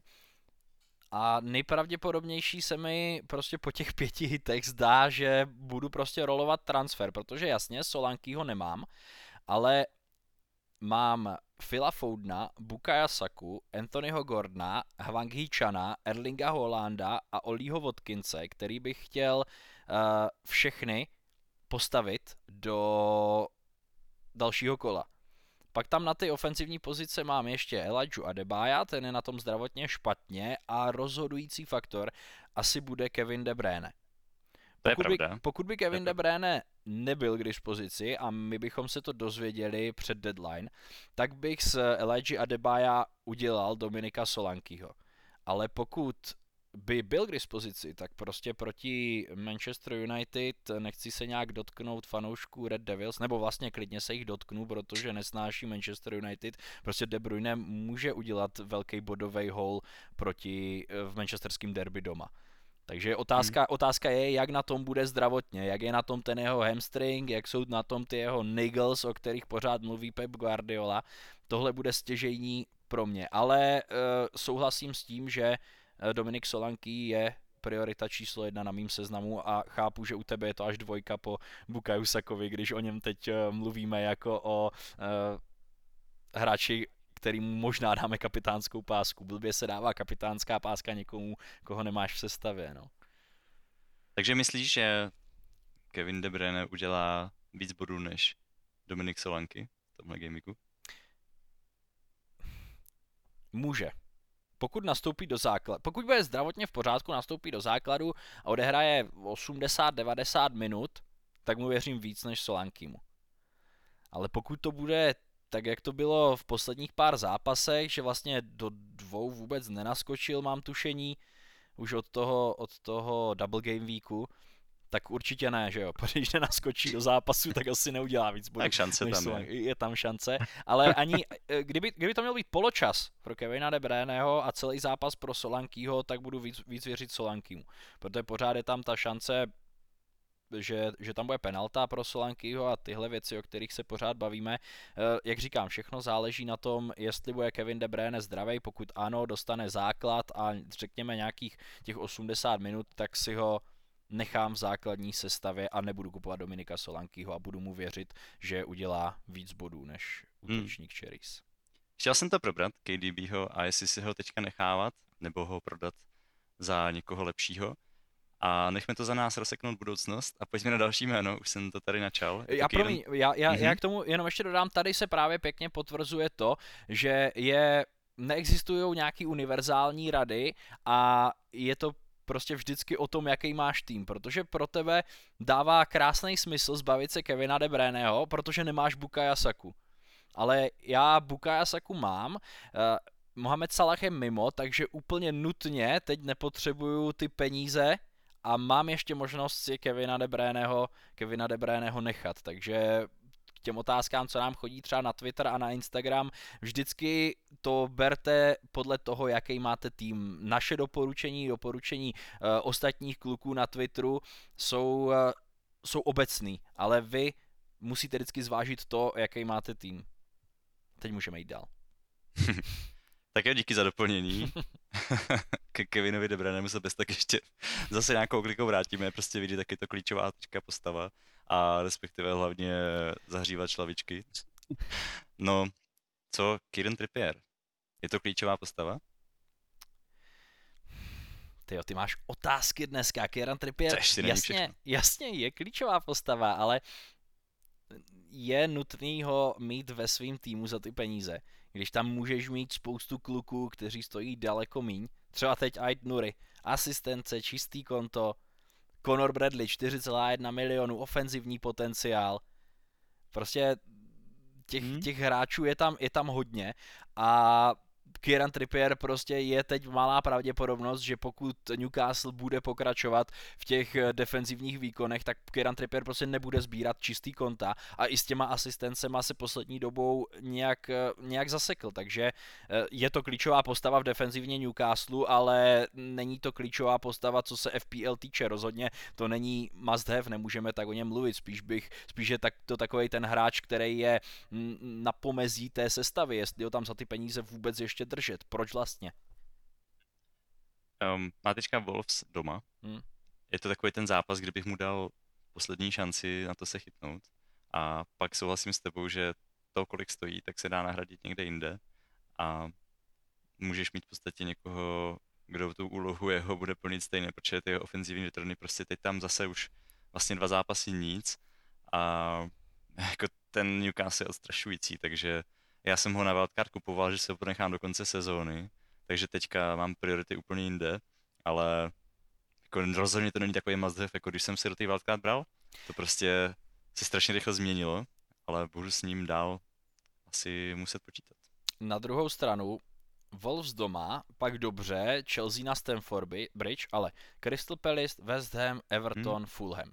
a nejpravděpodobnější se mi prostě po těch pěti hitech zdá, že budu prostě rolovat transfer, protože jasně, Solankeho nemám, ale mám Phila Foudena, Bukayo Saku, Anthonyho Gordona, Hwang Hee-chana, Erlinga Haalanda a Ollieho Watkinse, který bych chtěl uh, všechny postavit do dalšího kola. Pak tam na ty ofenzivní pozice mám ještě Elijah Adebayo, ten je na tom zdravotně špatně a rozhodující faktor asi bude Kevin De Bruyne. Pokud by, pokud by Kevin De Bruyne nebyl k dispozici a my bychom se to dozvěděli před deadline, tak bych s Elijah Adebayo udělal Dominika Solankeho. Ale pokud by byl k dispozici, tak prostě proti Manchester United nechci se nějak dotknout fanoušků Red Devils, nebo vlastně klidně se jich dotknu, protože nesnáší Manchester United. Prostě De Bruyne může udělat velký bodový haul proti v manchesterském derby doma. Takže otázka, hmm. otázka je, jak na tom bude zdravotně, jak je na tom ten jeho hamstring, jak jsou na tom ty jeho niggles, o kterých pořád mluví Pep Guardiola. Tohle bude stěžejní pro mě, ale uh, souhlasím s tím, že Dominik Solanke je priorita číslo jedna na mým seznamu a chápu, že u tebe je to až dvojka po Bukayu Sakovi, když o něm teď uh, mluvíme jako o uh, hráči, kterým možná dáme kapitánskou pásku. Blbě se dává kapitánská páska někomu, koho nemáš v sestavě, no. Takže myslíš, že Kevin De Bruyne udělá víc bodů než Dominik Solanke v tomhle gameweeku? Může. Pokud nastoupí do základu, pokud bude zdravotně v pořádku, nastoupí do základu a odehraje osmdesát devadesát minut, tak mu věřím víc než Solankemu. Ale pokud to bude tak, jak to bylo v posledních pár zápasech, že vlastně do dvou vůbec nenaskočil, mám tušení, už od toho, od toho double game weeku, tak určitě ne, že jo, protože když nenaskočí do zápasu, tak asi neudělá víc bodů. Tak šance tam je. Je tam šance, ale ani, kdyby, kdyby to měl být poločas pro Kevina De Bruyneho a celý zápas pro Solankeho, tak budu víc, víc věřit Solankemu, protože pořád je tam ta šance, že, že tam bude penalta pro Solankeho a tyhle věci, o kterých se pořád bavíme. Jak říkám, všechno záleží na tom, jestli bude Kevin De Bruyne zdravý, pokud ano, dostane základ a řekněme nějakých těch osmdesát minut, tak si ho nechám v základní sestavě a nebudu kupovat Dominika Solankeho a budu mu věřit, že udělá víc bodů než útočník hmm. Cherries. Chtěl jsem to probrat, K D B ho, a jestli si ho teďka nechávat, nebo ho prodat za někoho lepšího. A nechme to za nás rozseknout budoucnost a pojďme na další jméno, už jsem to tady načal. Já, promiň, jeden... já, já, mm-hmm. já k tomu jenom ještě dodám, tady se právě pěkně potvrzuje to, že je neexistují nějaký univerzální rady a je to prostě vždycky o tom, jaký máš tým, protože pro tebe dává krásný smysl zbavit se Kevina De Bruyneho, protože nemáš Bukayo Saku. Ale já Bukayo Saku mám, uh, Mohamed Salah je mimo, takže úplně nutně teď nepotřebuju ty peníze a mám ještě možnost si Kevina De Bruyneho, Kevina De Bruyneho nechat, takže k těm otázkám, co nám chodí třeba na Twitter a na Instagram, vždycky to berte podle toho, jaký máte tým. Naše doporučení, doporučení uh, ostatních kluků na Twitteru jsou, uh, jsou obecný, ale vy musíte vždycky zvážit to, jaký máte tým. Teď můžeme jít dál. Tak jo, díky za doplnění. Ke Kevinovi De Bruynem se bez tak ještě zase nějakou klikou vrátíme, prostě vidět, taky to klíčová teďka postava a respektive hlavně zahřívat šlavičky. No, co Kieran Trippier? Je to klíčová postava? Tyjo, ty máš otázky dneska, Kieran Trippier, jasně, jasně je klíčová postava, ale je nutný ho mít ve svém týmu za ty peníze. Když tam můžeš mít spoustu kluků, kteří stojí daleko míň, třeba teď Ait Nuri, asistence, čistý konto, Conor Bradley čtyři celá jedna milionu, ofenzivní potenciál. Prostě těch, hmm. těch hráčů je tam, je tam hodně a Kieran Trippier prostě je teď malá pravděpodobnost, že pokud Newcastle bude pokračovat v těch defenzivních výkonech, tak Kieran Trippier prostě nebude sbírat čistý konta a i s těma asistencema se poslední dobou nějak, nějak zasekl, takže je to klíčová postava v defenzivně Newcastle, ale není to klíčová postava, co se F P L týče, rozhodně to není must have, nemůžeme tak o něm mluvit, spíš bych, spíš je tak, to takovej ten hráč, který je na pomezí té sestavy, jestli ho tam za ty peníze vůbec ještě držet. Proč vlastně? Um, má teďka Wolves doma. Hmm. Je to takový ten zápas, kdy bych mu dal poslední šanci na to se chytnout. A pak souhlasím s tebou, že to, kolik stojí, tak se dá nahradit někde jinde. A můžeš mít v podstatě někoho, kdo tu úlohu jeho bude plnit stejně, protože ty ofenzivní returny prostě teď tam zase už vlastně dva zápasy nic. A jako ten Newcastle je odstrašující, takže já jsem ho na wildcard kupoval, že se ho ponechám do konce sezóny, takže teďka mám priority úplně jinde, ale jako rozhodně to není takový must have, jako když jsem si do té wildcard bral, to prostě se strašně rychle změnilo, ale budu s ním dál asi muset počítat. Na druhou stranu, Wolves doma, pak dobře, Chelsea na Stamford Bridge, ale Crystal Palace, West Ham, Everton, hmm. Fulham.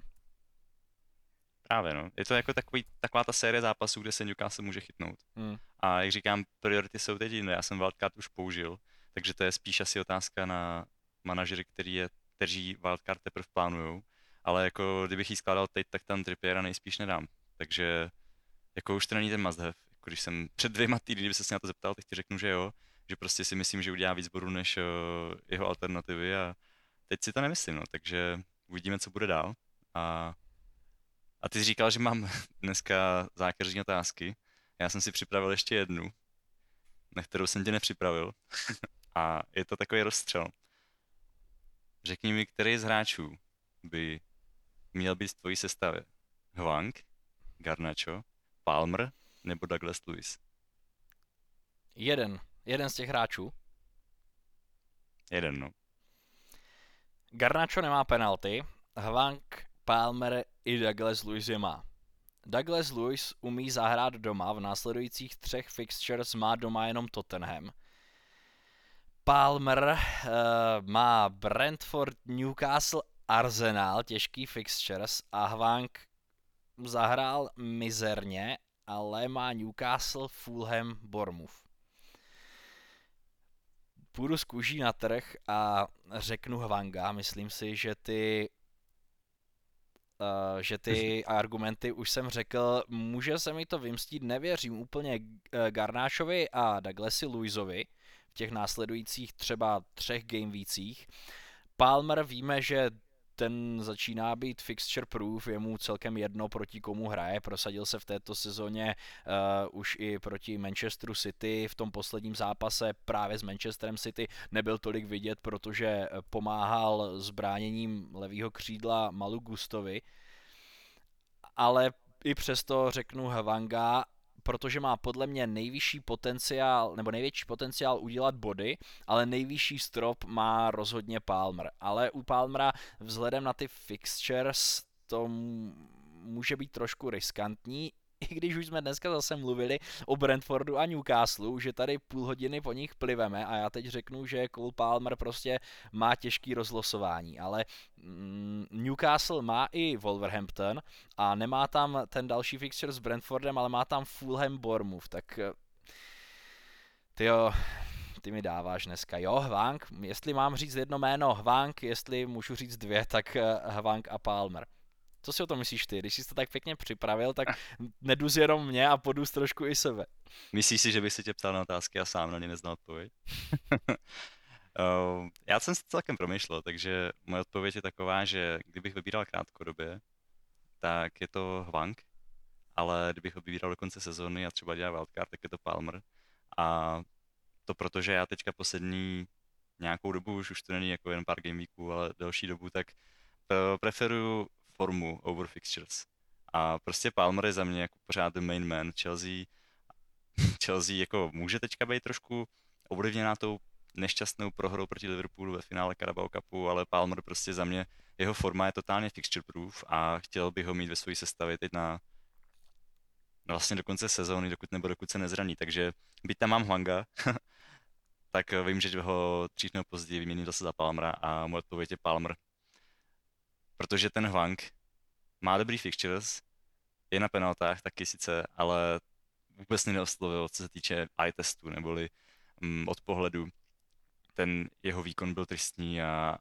Právě, no. Je to jako takový, taková ta série zápasů, kde se Newcastle může chytnout. Hmm. A jak říkám, priority jsou teď jiné. Já jsem wildcard už použil, takže to je spíš asi otázka na manažery, který je, kteří wildcard teprve plánujou. Ale jako kdybych jí skládal teď, tak tam Trippiera nejspíš nedám. Takže jako už to není ten must have. Jako když jsem před dvěma týdny, kdyby se na to zeptal, tak ti řeknu, že jo. Že prostě si myslím, že udělá víc bodů než uh, jeho alternativy a teď si to nemyslím, no. Takže uvidíme, co bude dál. A A ty jsi říkal, že mám dneska zákeřní otázky. Já jsem si připravil ještě jednu, na kterou jsem tě nepřipravil. A je to takový rozstřel. Řekni mi, který z hráčů by měl být v tvojí sestavě? Hwang, Garnacho, Palmer nebo Douglas Luiz? Jeden. Jeden z těch hráčů. Jeden, no. Garnacho nemá penalty. Hwang, Palmer i Douglas Luiz je má. Douglas Luiz umí zahrát doma, v následujících třech fixtures má doma jenom Tottenham. Palmer uh, má Brentford, Newcastle, Arsenal, těžký fixtures a Hwang zahrál mizerně, ale má Newcastle, Fulham, Bournemouth. Půjdu z kůží na trh a řeknu Hwanga, myslím si, že ty Uh, že ty argumenty už jsem řekl, může se mi to vymstít, nevěřím úplně Garnášovi a Douglasi Luizovi v těch následujících třeba třech gamevících. Palmer víme, že ten začíná být fixture proof, je mu celkem jedno proti komu hraje, prosadil se v této sezóně uh, už i proti Manchesteru City, v tom posledním zápase právě s Manchesterem City nebyl tolik vidět, protože pomáhal s bráněním levýho křídla Malu Gustovi, ale i přesto řeknu Hwanga, protože má podle mě nejvyšší potenciál, nebo největší potenciál udělat body, ale nejvyšší strop má rozhodně Palmer. Ale u Palmera vzhledem na ty fixtures to může být trošku riskantní, i když už jsme dneska zase mluvili o Brentfordu a Newcastle, že tady půl hodiny po nich pliveme a já teď řeknu, že Cole Palmer prostě má těžký rozlosování, ale mm, Newcastle má i Wolverhampton a nemá tam ten další fixture s Brentfordem, ale má tam Fulham Bournemouth, tak tyjo, ty mi dáváš dneska. Jo, Hwang, jestli mám říct jedno jméno Hwang, jestli můžu říct dvě, tak Hwang a Palmer. Co si o tom myslíš ty? Když jsi to tak pěkně připravil, tak neduz jenom mě a poduz trošku i sebe. Myslíš si, že bych se tě ptal na otázky a sám na ně neznal odpověď? Uh, já jsem si to celkem promýšlel, takže moje odpověď je taková, že kdybych vybíral krátkodobě, tak je to Hwang, ale kdybych ho vybíral do konce sezóny a třeba dělal wildcard, tak je to Palmer. A to proto, že já teďka poslední nějakou dobu, už, už to není jako jen pár game weeků, ale delší dobu, tak pre- preferuju formu over fixtures. A prostě Palmer je za mě jako pořád the main man. Chelsea, Chelsea jako může teďka být trošku ovlivněná tou nešťastnou prohrou proti Liverpoolu ve finále Carabao Cupu, ale Palmer prostě za mě, jeho forma je totálně fixture proof a chtěl bych ho mít ve své sestavě teď na no vlastně do konce sezóny, dokud nebo dokud se nezraní. Takže byť tam mám Hwanga, tak vím, že ho dřív nebo později vyměním zase za Palmera a moje odpověď je Palmer. Protože ten Hwang má dobrý fixtures, je na penaltách taky sice, ale vůbec mě neoslovil, co se týče eye testu, neboli mm, od pohledu. Ten jeho výkon byl tristní a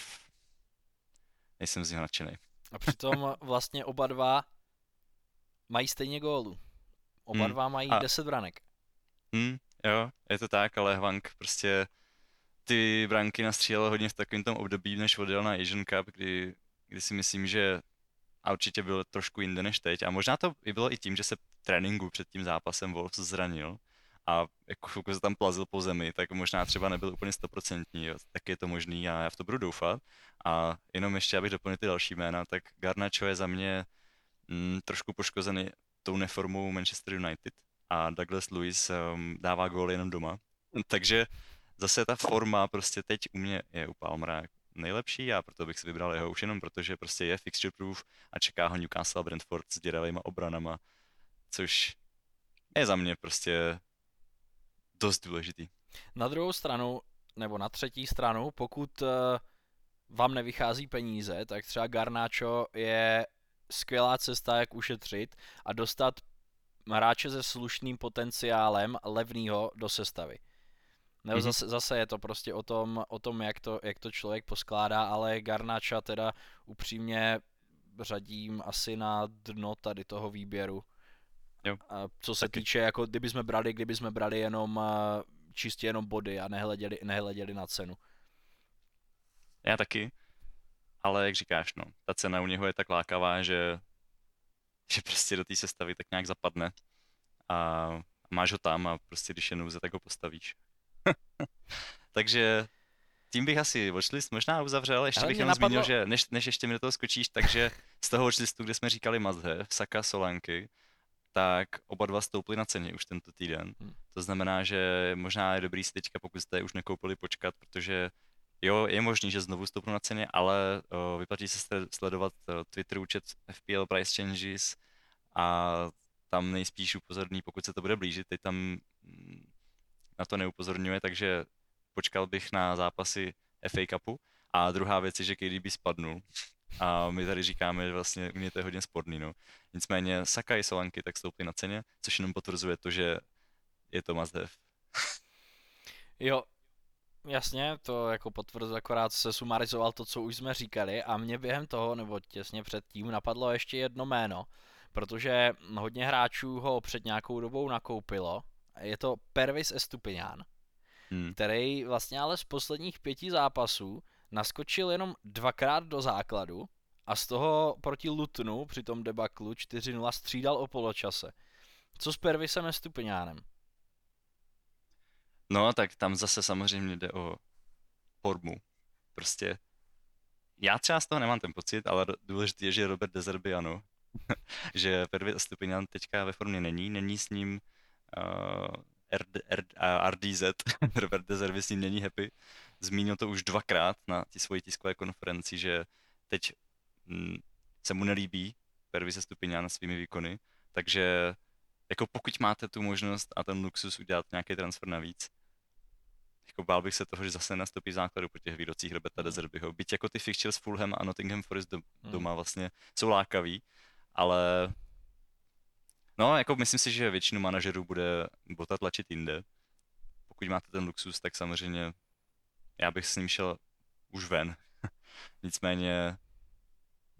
nejsem z něho nadšený. A přitom vlastně oba dva mají stejně gólů. Oba Hmm. dva mají A- deset branek. Hmm, jo, je to tak, ale Hwang prostě ty branky nastřílel hodně v takovém tom období, než odjel na Asian Cup, kdy, kdy si myslím, že a určitě byl trošku jinde než teď. A možná to i bylo i tím, že se v tréninku před tím zápasem Wolves zranil a jako chvilku se tam plazil po zemi, tak možná třeba nebyl úplně stoprocentní, jo. Tak je to možný a já v to budu doufat. A jenom ještě, abych doplnil ty další jména, tak Garnacho je za mě mm, trošku poškozený tou neformou Manchester United a Douglas Luiz um, dává gól jenom doma. Takže zase ta forma prostě teď u mě je u Palmera nejlepší a proto bych si vybral jeho už jenom protože prostě je fixture proof a čeká ho Newcastle a Brentford s děravýma obranama, což je za mě prostě dost důležitý. Na druhou stranu, nebo na třetí stranu, pokud uh, vám nevychází peníze, tak třeba Garnacho je skvělá cesta, jak ušetřit a dostat hráče se slušným potenciálem levnýho do sestavy. Nebo Mhm. zase, zase je to prostě o tom, o tom jak, to, jak to člověk poskládá, ale Garnacha teda upřímně řadím asi na dno tady toho výběru. Jo, A co se taky. týče, jako kdyby jsme brali, kdyby jsme brali jenom uh, čistě jenom body a nehleděli, nehleděli na cenu. Já taky, ale jak říkáš, no, ta cena u něho je tak lákavá, že, že prostě do té sestavy tak nějak zapadne a máš ho tam a prostě když je nouze, tak ho postavíš. Takže tím bych asi watchlist možná uzavřel, ještě Ale bych mě jenom zmínil, napadlo- že než, než ještě mi do toho skočíš, takže z toho watchlistu, kde jsme říkali must have, Saka, Solanky, tak oba dva stouply na ceně už tento týden. Hmm. To znamená, že možná je dobrý si teďka, pokud jste je už nekoupili, počkat, protože jo, je možný, že znovu stoupnou na ceně, ale o, vyplatí se sle- sledovat o, Twitter účet F P L Price Changes a tam nejspíš upozorní, pokud se to bude blížit, teď tam mm, na to neupozorňuje, takže počkal bych na zápasy F A Cupu. A druhá věc je, že K D B spadnul. A my tady říkáme, že vlastně u mě to je hodně sporný, no. Nicméně Saka i Solanky tak stouply na ceně, což jenom potvrzuje to, že je to must have. Jo, jasně, to jako potvrzuje, akorát se sumarizoval to, co už jsme říkali a mě během toho, nebo těsně předtím, napadlo ještě jedno jméno, protože hodně hráčů ho před nějakou dobou nakoupilo. Je to Pervis Estupiñán, Hmm. který vlastně ale z posledních pěti zápasů naskočil jenom dvakrát do základu a z toho proti Lutonu při tom debaklu čtyři nula střídal o poločase. Co s Pervisem Estupiňánem? No, tak tam zase samozřejmě jde o formu. Prostě já třeba z toho nemám ten pocit, ale důležité je, že Robert De Zerbi ano. že Pervis Estupiñán teďka ve formě není, není s ním uh, R D, R, uh, R D Z, Robert De Zerbi s ním není happy. Zmínil to už dvakrát na tí svoji tiskové konferenci, že teď mm, se mu nelíbí Pervis Estupiñán svými výkony, takže jako pokud máte tu možnost a ten luxus udělat nějaký transfer navíc, jako bál bych se toho, že zase nastoupí v základu po těch výrocích Roberta Hmm. De Zerbiho. Byť jako ty fixtures Fulham a Nottingham Forest do, Hmm. doma vlastně jsou lákaví, ale no, jako myslím si, že většinu manažerů bude Bota tlačit jinde. Pokud máte ten luxus, tak samozřejmě já bych s ním šel už ven. Nicméně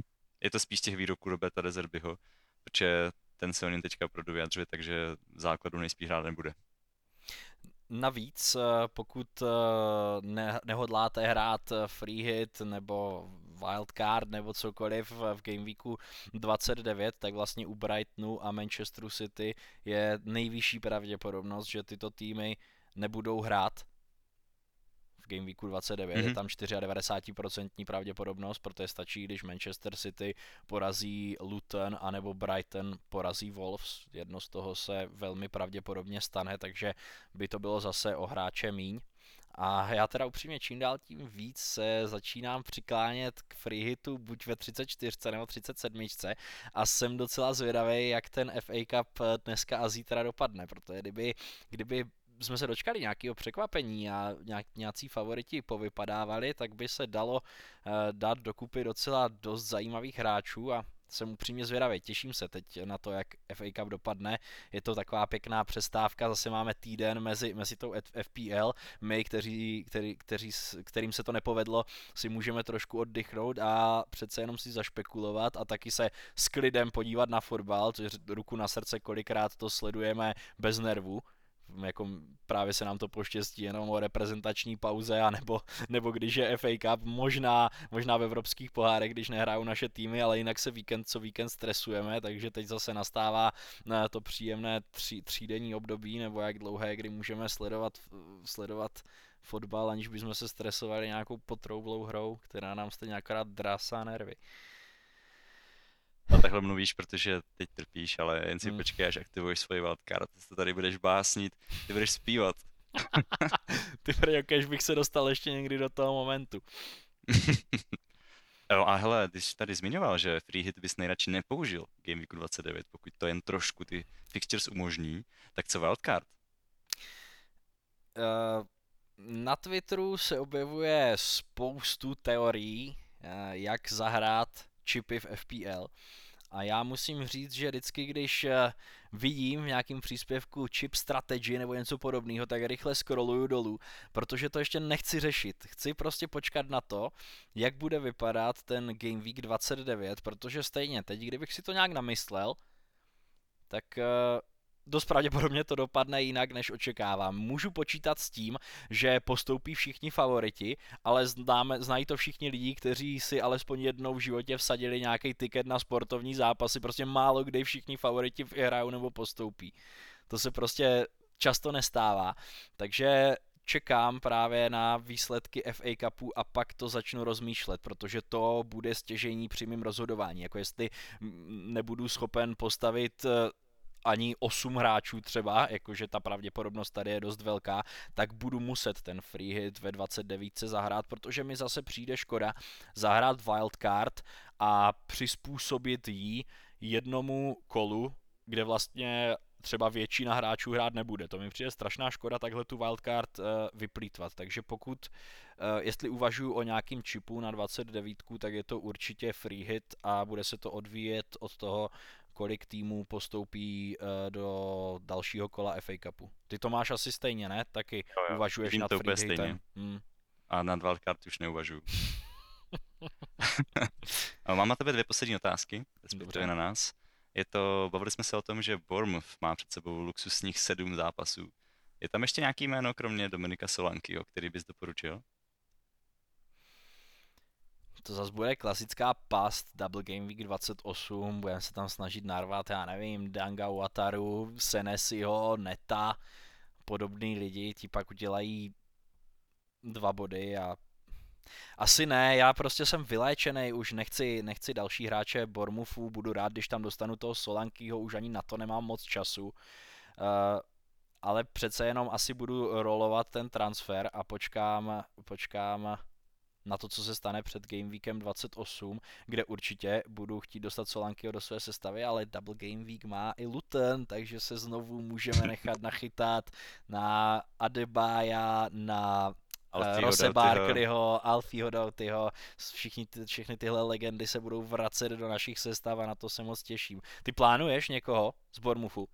je to spíš těch výroků Roberta De Zerbiho, protože ten se o něm teďka opravdu vyjadřuje, takže v základu nejspíš hrát nebude. Navíc, pokud ne, nehodláte hrát free hit nebo wildcard nebo cokoliv v Game Weeku dvacet devět, tak vlastně u Brightonu a Manchesteru City je nejvyšší pravděpodobnost, že tyto týmy nebudou hrát v Game Weeku dvacet devět, mm-hmm. je tam devadesát čtyři procent pravděpodobnost, protože stačí, když Manchester City porazí Luton anebo Brighton porazí Wolves, jedno z toho se velmi pravděpodobně stane, takže by to bylo zase o hráče míň. A já teda upřímně čím dál tím víc se začínám přiklánět k free hitu buď ve třicet čtyři nebo třicet sedm a jsem docela zvědavý, jak ten F A Cup dneska a zítra dopadne, protože kdyby, kdyby jsme se dočkali nějakého překvapení a nějak, nějací favoriti povypadávali, tak by se dalo uh, dát dokupy docela dost zajímavých hráčů a jsem upřímně zvědavý. Těším se teď na to, jak F A Cup dopadne. Je to taková pěkná přestávka, zase máme týden mezi, mezi tou F P L. My, kteří, který, kteří, kterým se to nepovedlo, si můžeme trošku oddychnout a přece jenom si zašpekulovat a taky se s klidem podívat na fotbal, což ruku na srdce, kolikrát to sledujeme bez nervu. Jako právě se nám to poštěstí jenom o reprezentační pauze, a nebo, nebo když je F A Cup, možná, možná v evropských pohárech, když nehrajou naše týmy, ale jinak se víkend co víkend stresujeme, takže teď zase nastává to příjemné tří, třídenní období, nebo jak dlouhé, kdy můžeme sledovat, sledovat fotbal, aniž bychom se stresovali nějakou potroublou hrou, která nám stejně akorát drásá nervy. A takhle mluvíš, protože teď trpíš, ale jen si hmm. počkej, až aktivuješ svoji wildcard, ty to tady budeš básnit, ty budeš zpívat. Ty prý, bych se dostal ještě někdy do toho momentu. Jo, a hele, když tady zmiňoval, že free hit bys nejradši nepoužil Game Weeku dvacet devět, pokud to jen trošku ty fixtures umožní, tak co wildcard? Uh, na Twitteru se objevuje spoustu teorií, uh, jak zahrát čipy v F P L. A já musím říct, že vždycky, když vidím v nějakém příspěvku chip strategy nebo něco podobného, tak rychle scrolluju dolů, protože to ještě nechci řešit. Chci prostě počkat na to, jak bude vypadat ten Game Week dvacet devět, protože stejně teď, kdybych si to nějak namyslel, tak dost pravděpodobně to dopadne jinak, než očekávám. Můžu počítat s tím, že postoupí všichni favoriti, ale známe, znají to všichni lidi, kteří si alespoň jednou v životě vsadili nějaký tiket na sportovní zápasy. Prostě málo kdy všichni favoriti vyhrajou nebo postoupí. To se prostě často nestává. Takže čekám právě na výsledky F A Cupu a pak to začnu rozmýšlet, protože to bude stěžejní při mým rozhodování. Jako jestli nebudu schopen postavit ani osm hráčů třeba, jakože ta pravděpodobnost tady je dost velká, tak budu muset ten free hit ve dvacet devět zahrát, protože mi zase přijde škoda zahrát wildcard a přizpůsobit ji jednomu kolu, kde vlastně třeba většina hráčů hrát nebude. To mi přijde strašná škoda takhle tu wildcard uh, vyplýtvat. Takže pokud, uh, jestli uvažuji o nějakým čipu na dvacet devět, tak je to určitě free hit a bude se to odvíjet od toho, kolik týmů postoupí uh, do dalšího kola F A Cupu. Ty to máš asi stejně, ne? Taky jo, jo. Uvažuješ nad free hitem. Hmm. A nad wildcard už neuvažuju. Mám na tebe dvě poslední otázky, respektive na nás. Je to, bavili jsme se o tom, že Bournemouth má před sebou luxusních sedm zápasů. Je tam ještě nějaký jméno, kromě Dominika Solankyho, který bys doporučil? To zase bude klasická past Double Game Week dvacet osm, budeme se tam snažit narvat, já nevím, Danga Wataru, Senesiho, Neta, podobný lidi, ti pak udělají dva body a asi ne, já prostě jsem vyléčený, už nechci, nechci další hráče Bournemouthu, budu rád, když tam dostanu toho Solankyho, už ani na to nemám moc času, uh, ale přece jenom asi budu rolovat ten transfer a počkám, počkám na to, co se stane před Game Weekem dvacet osm, kde určitě budu chtít dostat Solankyho do své sestavy, ale Double Game Week má i Luton, takže se znovu můžeme nechat nachytat na Adebayo, na uh, Rosse Barkleyho, Alfieho Doughtyho, všichni, všechny tyhle legendy se budou vracet do našich sestav a na to se moc těším. Ty plánuješ někoho z Bournemouthu?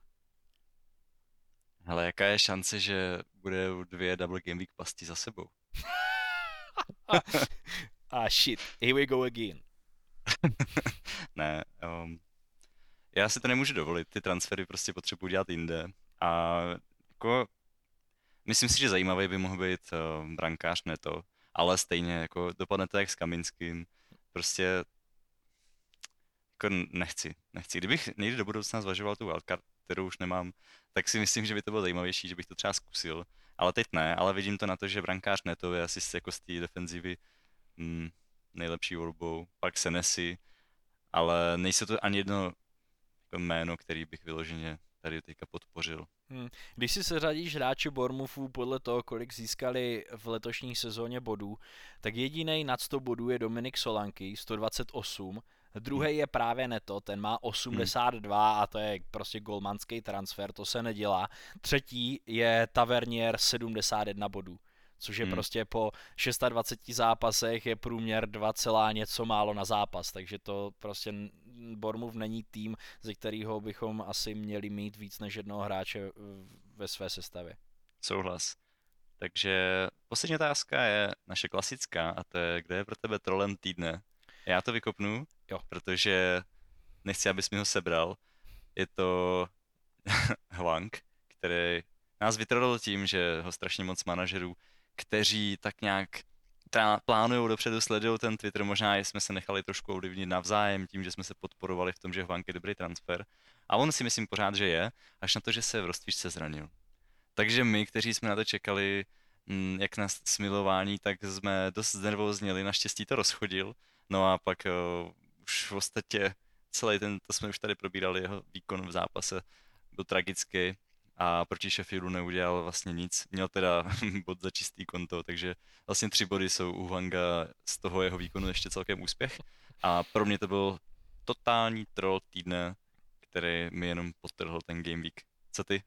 Hele, jaká je šance, že bude dvě Double Game Week pasti za sebou? Ah shit, here we go again. Ne, um, já si to nemůžu dovolit, ty transfery prostě potřebuji dělat jinde. A jako, myslím si, že zajímavý by mohl být uh, brankář Neto, ale stejně jako dopadne to jak s Kaminským. Prostě jako nechci, nechci. Kdybych někdy do budoucna zvažoval tu wildcard, kterou už nemám, tak si myslím, že by to bylo zajímavější, že bych to třeba zkusil. Ale teď ne, ale vidím to na to, že brankář Neto je asi z- jako z té defenzivy mm, nejlepší volbou, pak Senesi, ale nejsou to ani jedno jako jméno, který bych vyloženě tady teďka podpořil. Hmm. Když si seřadíš hráče Bournemouthu podle toho, kolik získali v letošní sezóně bodů, tak jediný nad sto bodů je Dominik Solanky, sto dvacet osm. Hm, Druhý je právě Neto, ten má hm, osmdesát dva a to je prostě golmanský transfer, to se nedělá. Třetí je Tavernier sedmdesát jedna bodů, což je hm. prostě po dvaceti šesti zápasech je průměr dva celá něco málo na zápas, takže to prostě n- Bournemouth není tým, ze kterého bychom asi měli mít víc než jednoho hráče eh, ve své sestavě. Souhlas. Takže poslední otázka je naše klasická a to je, kdo je pro tebe trolem týdne? Já to vykopnu, Jo. protože nechci, abys mi ho sebral. Je to Hwang, který nás vytrolil tím, že ho strašně moc manažerů, kteří tak nějak plánují dopředu, sledují ten Twitter, možná jsme se nechali trošku ovlivnit navzájem tím, že jsme se podporovali v tom, že Hwang je dobrý transfer. A on si myslím pořád, že je, až na to, že se v roztvířce zranil. Takže my, kteří jsme na to čekali, mm, jak na smilování, tak jsme dost znervózněli, naštěstí to rozchodil. No a pak uh, už v podstatě celý ten, to jsme už tady probírali, jeho výkon v zápase byl tragický a proti Sheffieldu neudělal vlastně nic. Měl teda bod za čistý konto, takže vlastně tři body jsou u Hwanga z toho jeho výkonu ještě celkem úspěch. A pro mě to byl totální troll týdne, který mi jenom podtrhl ten Game Week. Co ty?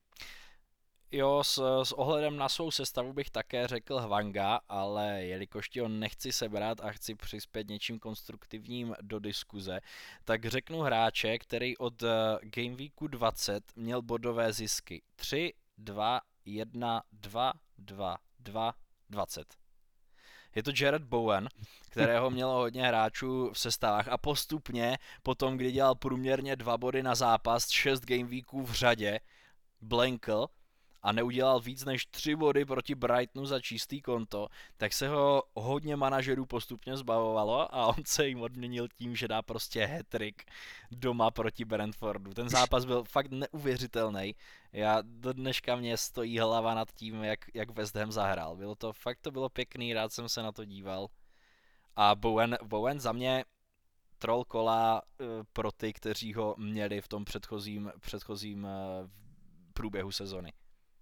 Jo, s, s ohledem na svou sestavu bych také řekl Hwanga, ale jelikož ti ho nechci sebrat a chci přispět něčím konstruktivním do diskuze, tak řeknu hráče, který od eh, Game Weeku dvacet měl bodové zisky tři, dva, jedna, dva, dva, dva, dvacet. Je to Jared Bowen, kterého mělo hodně hráčů v sestavách a postupně potom, kdy dělal průměrně dva body na zápas, šest game weeků v řadě, blankl a neudělal víc než tři body proti Brightonu za čistý konto, tak se ho hodně manažerů postupně zbavovalo a on se jim odměnil tím, že dá prostě hat-trick doma proti Brentfordu. Ten zápas byl fakt neuvěřitelný. Já do dneška mě stojí hlava nad tím, jak, jak West Ham zahrál. Bylo to, fakt to bylo pěkný, rád jsem se na to díval. A Bowen, Bowen za mě troll kola uh, pro ty, kteří ho měli v tom předchozím, předchozím uh, průběhu sezony.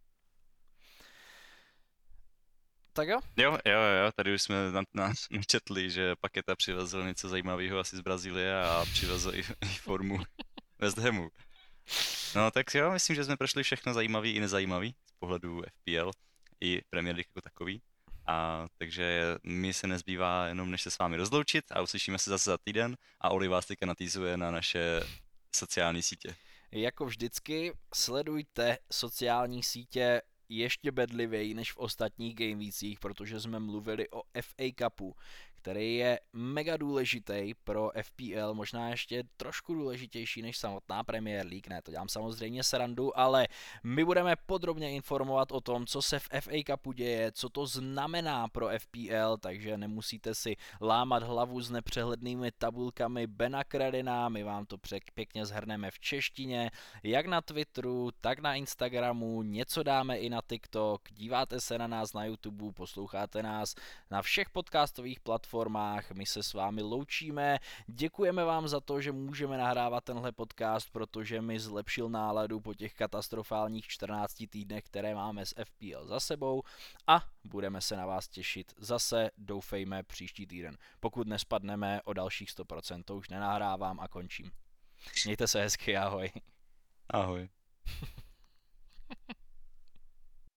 Tak jo? Jo, jo, jo, tady už jsme na, na, načetli, že Paketa přivezl něco zajímavého asi z Brazílie a přivezl i, i formu West Hamu. No tak jo, myslím, že jsme prošli všechno zajímavý i nezajímavý z pohledu F P L i Premier League jako takový. A takže mi se nezbývá jenom než se s vámi rozloučit a uslyšíme se zase za týden a Oli vás teďka natýzuje na naše sociální sítě. Jako vždycky sledujte sociální sítě ještě bedlivěji než v ostatních gamevících, protože jsme mluvili o F A Cupu, který je mega důležitý pro F P L, možná ještě trošku důležitější než samotná Premier League, ne, to dělám samozřejmě srandu, ale my budeme podrobně informovat o tom, co se v F A Cupu děje, co to znamená pro F P L, takže nemusíte si lámat hlavu s nepřehlednými tabulkami Bena Kredina, my vám to pěkně zhrneme v češtině, jak na Twitteru, tak na Instagramu, něco dáme i na TikTok, díváte se na nás na YouTube, posloucháte nás na všech podcastových platformách, my se s vámi loučíme, děkujeme vám za to, že můžeme nahrávat tenhle podcast, protože mi zlepšil náladu po těch katastrofálních čtrnácti týdnech, které máme s F P L za sebou a budeme se na vás těšit zase, doufejme, příští týden. Pokud nespadneme o dalších sto procent, to už nenahrávám a končím. Mějte se hezky, ahoj. Ahoj.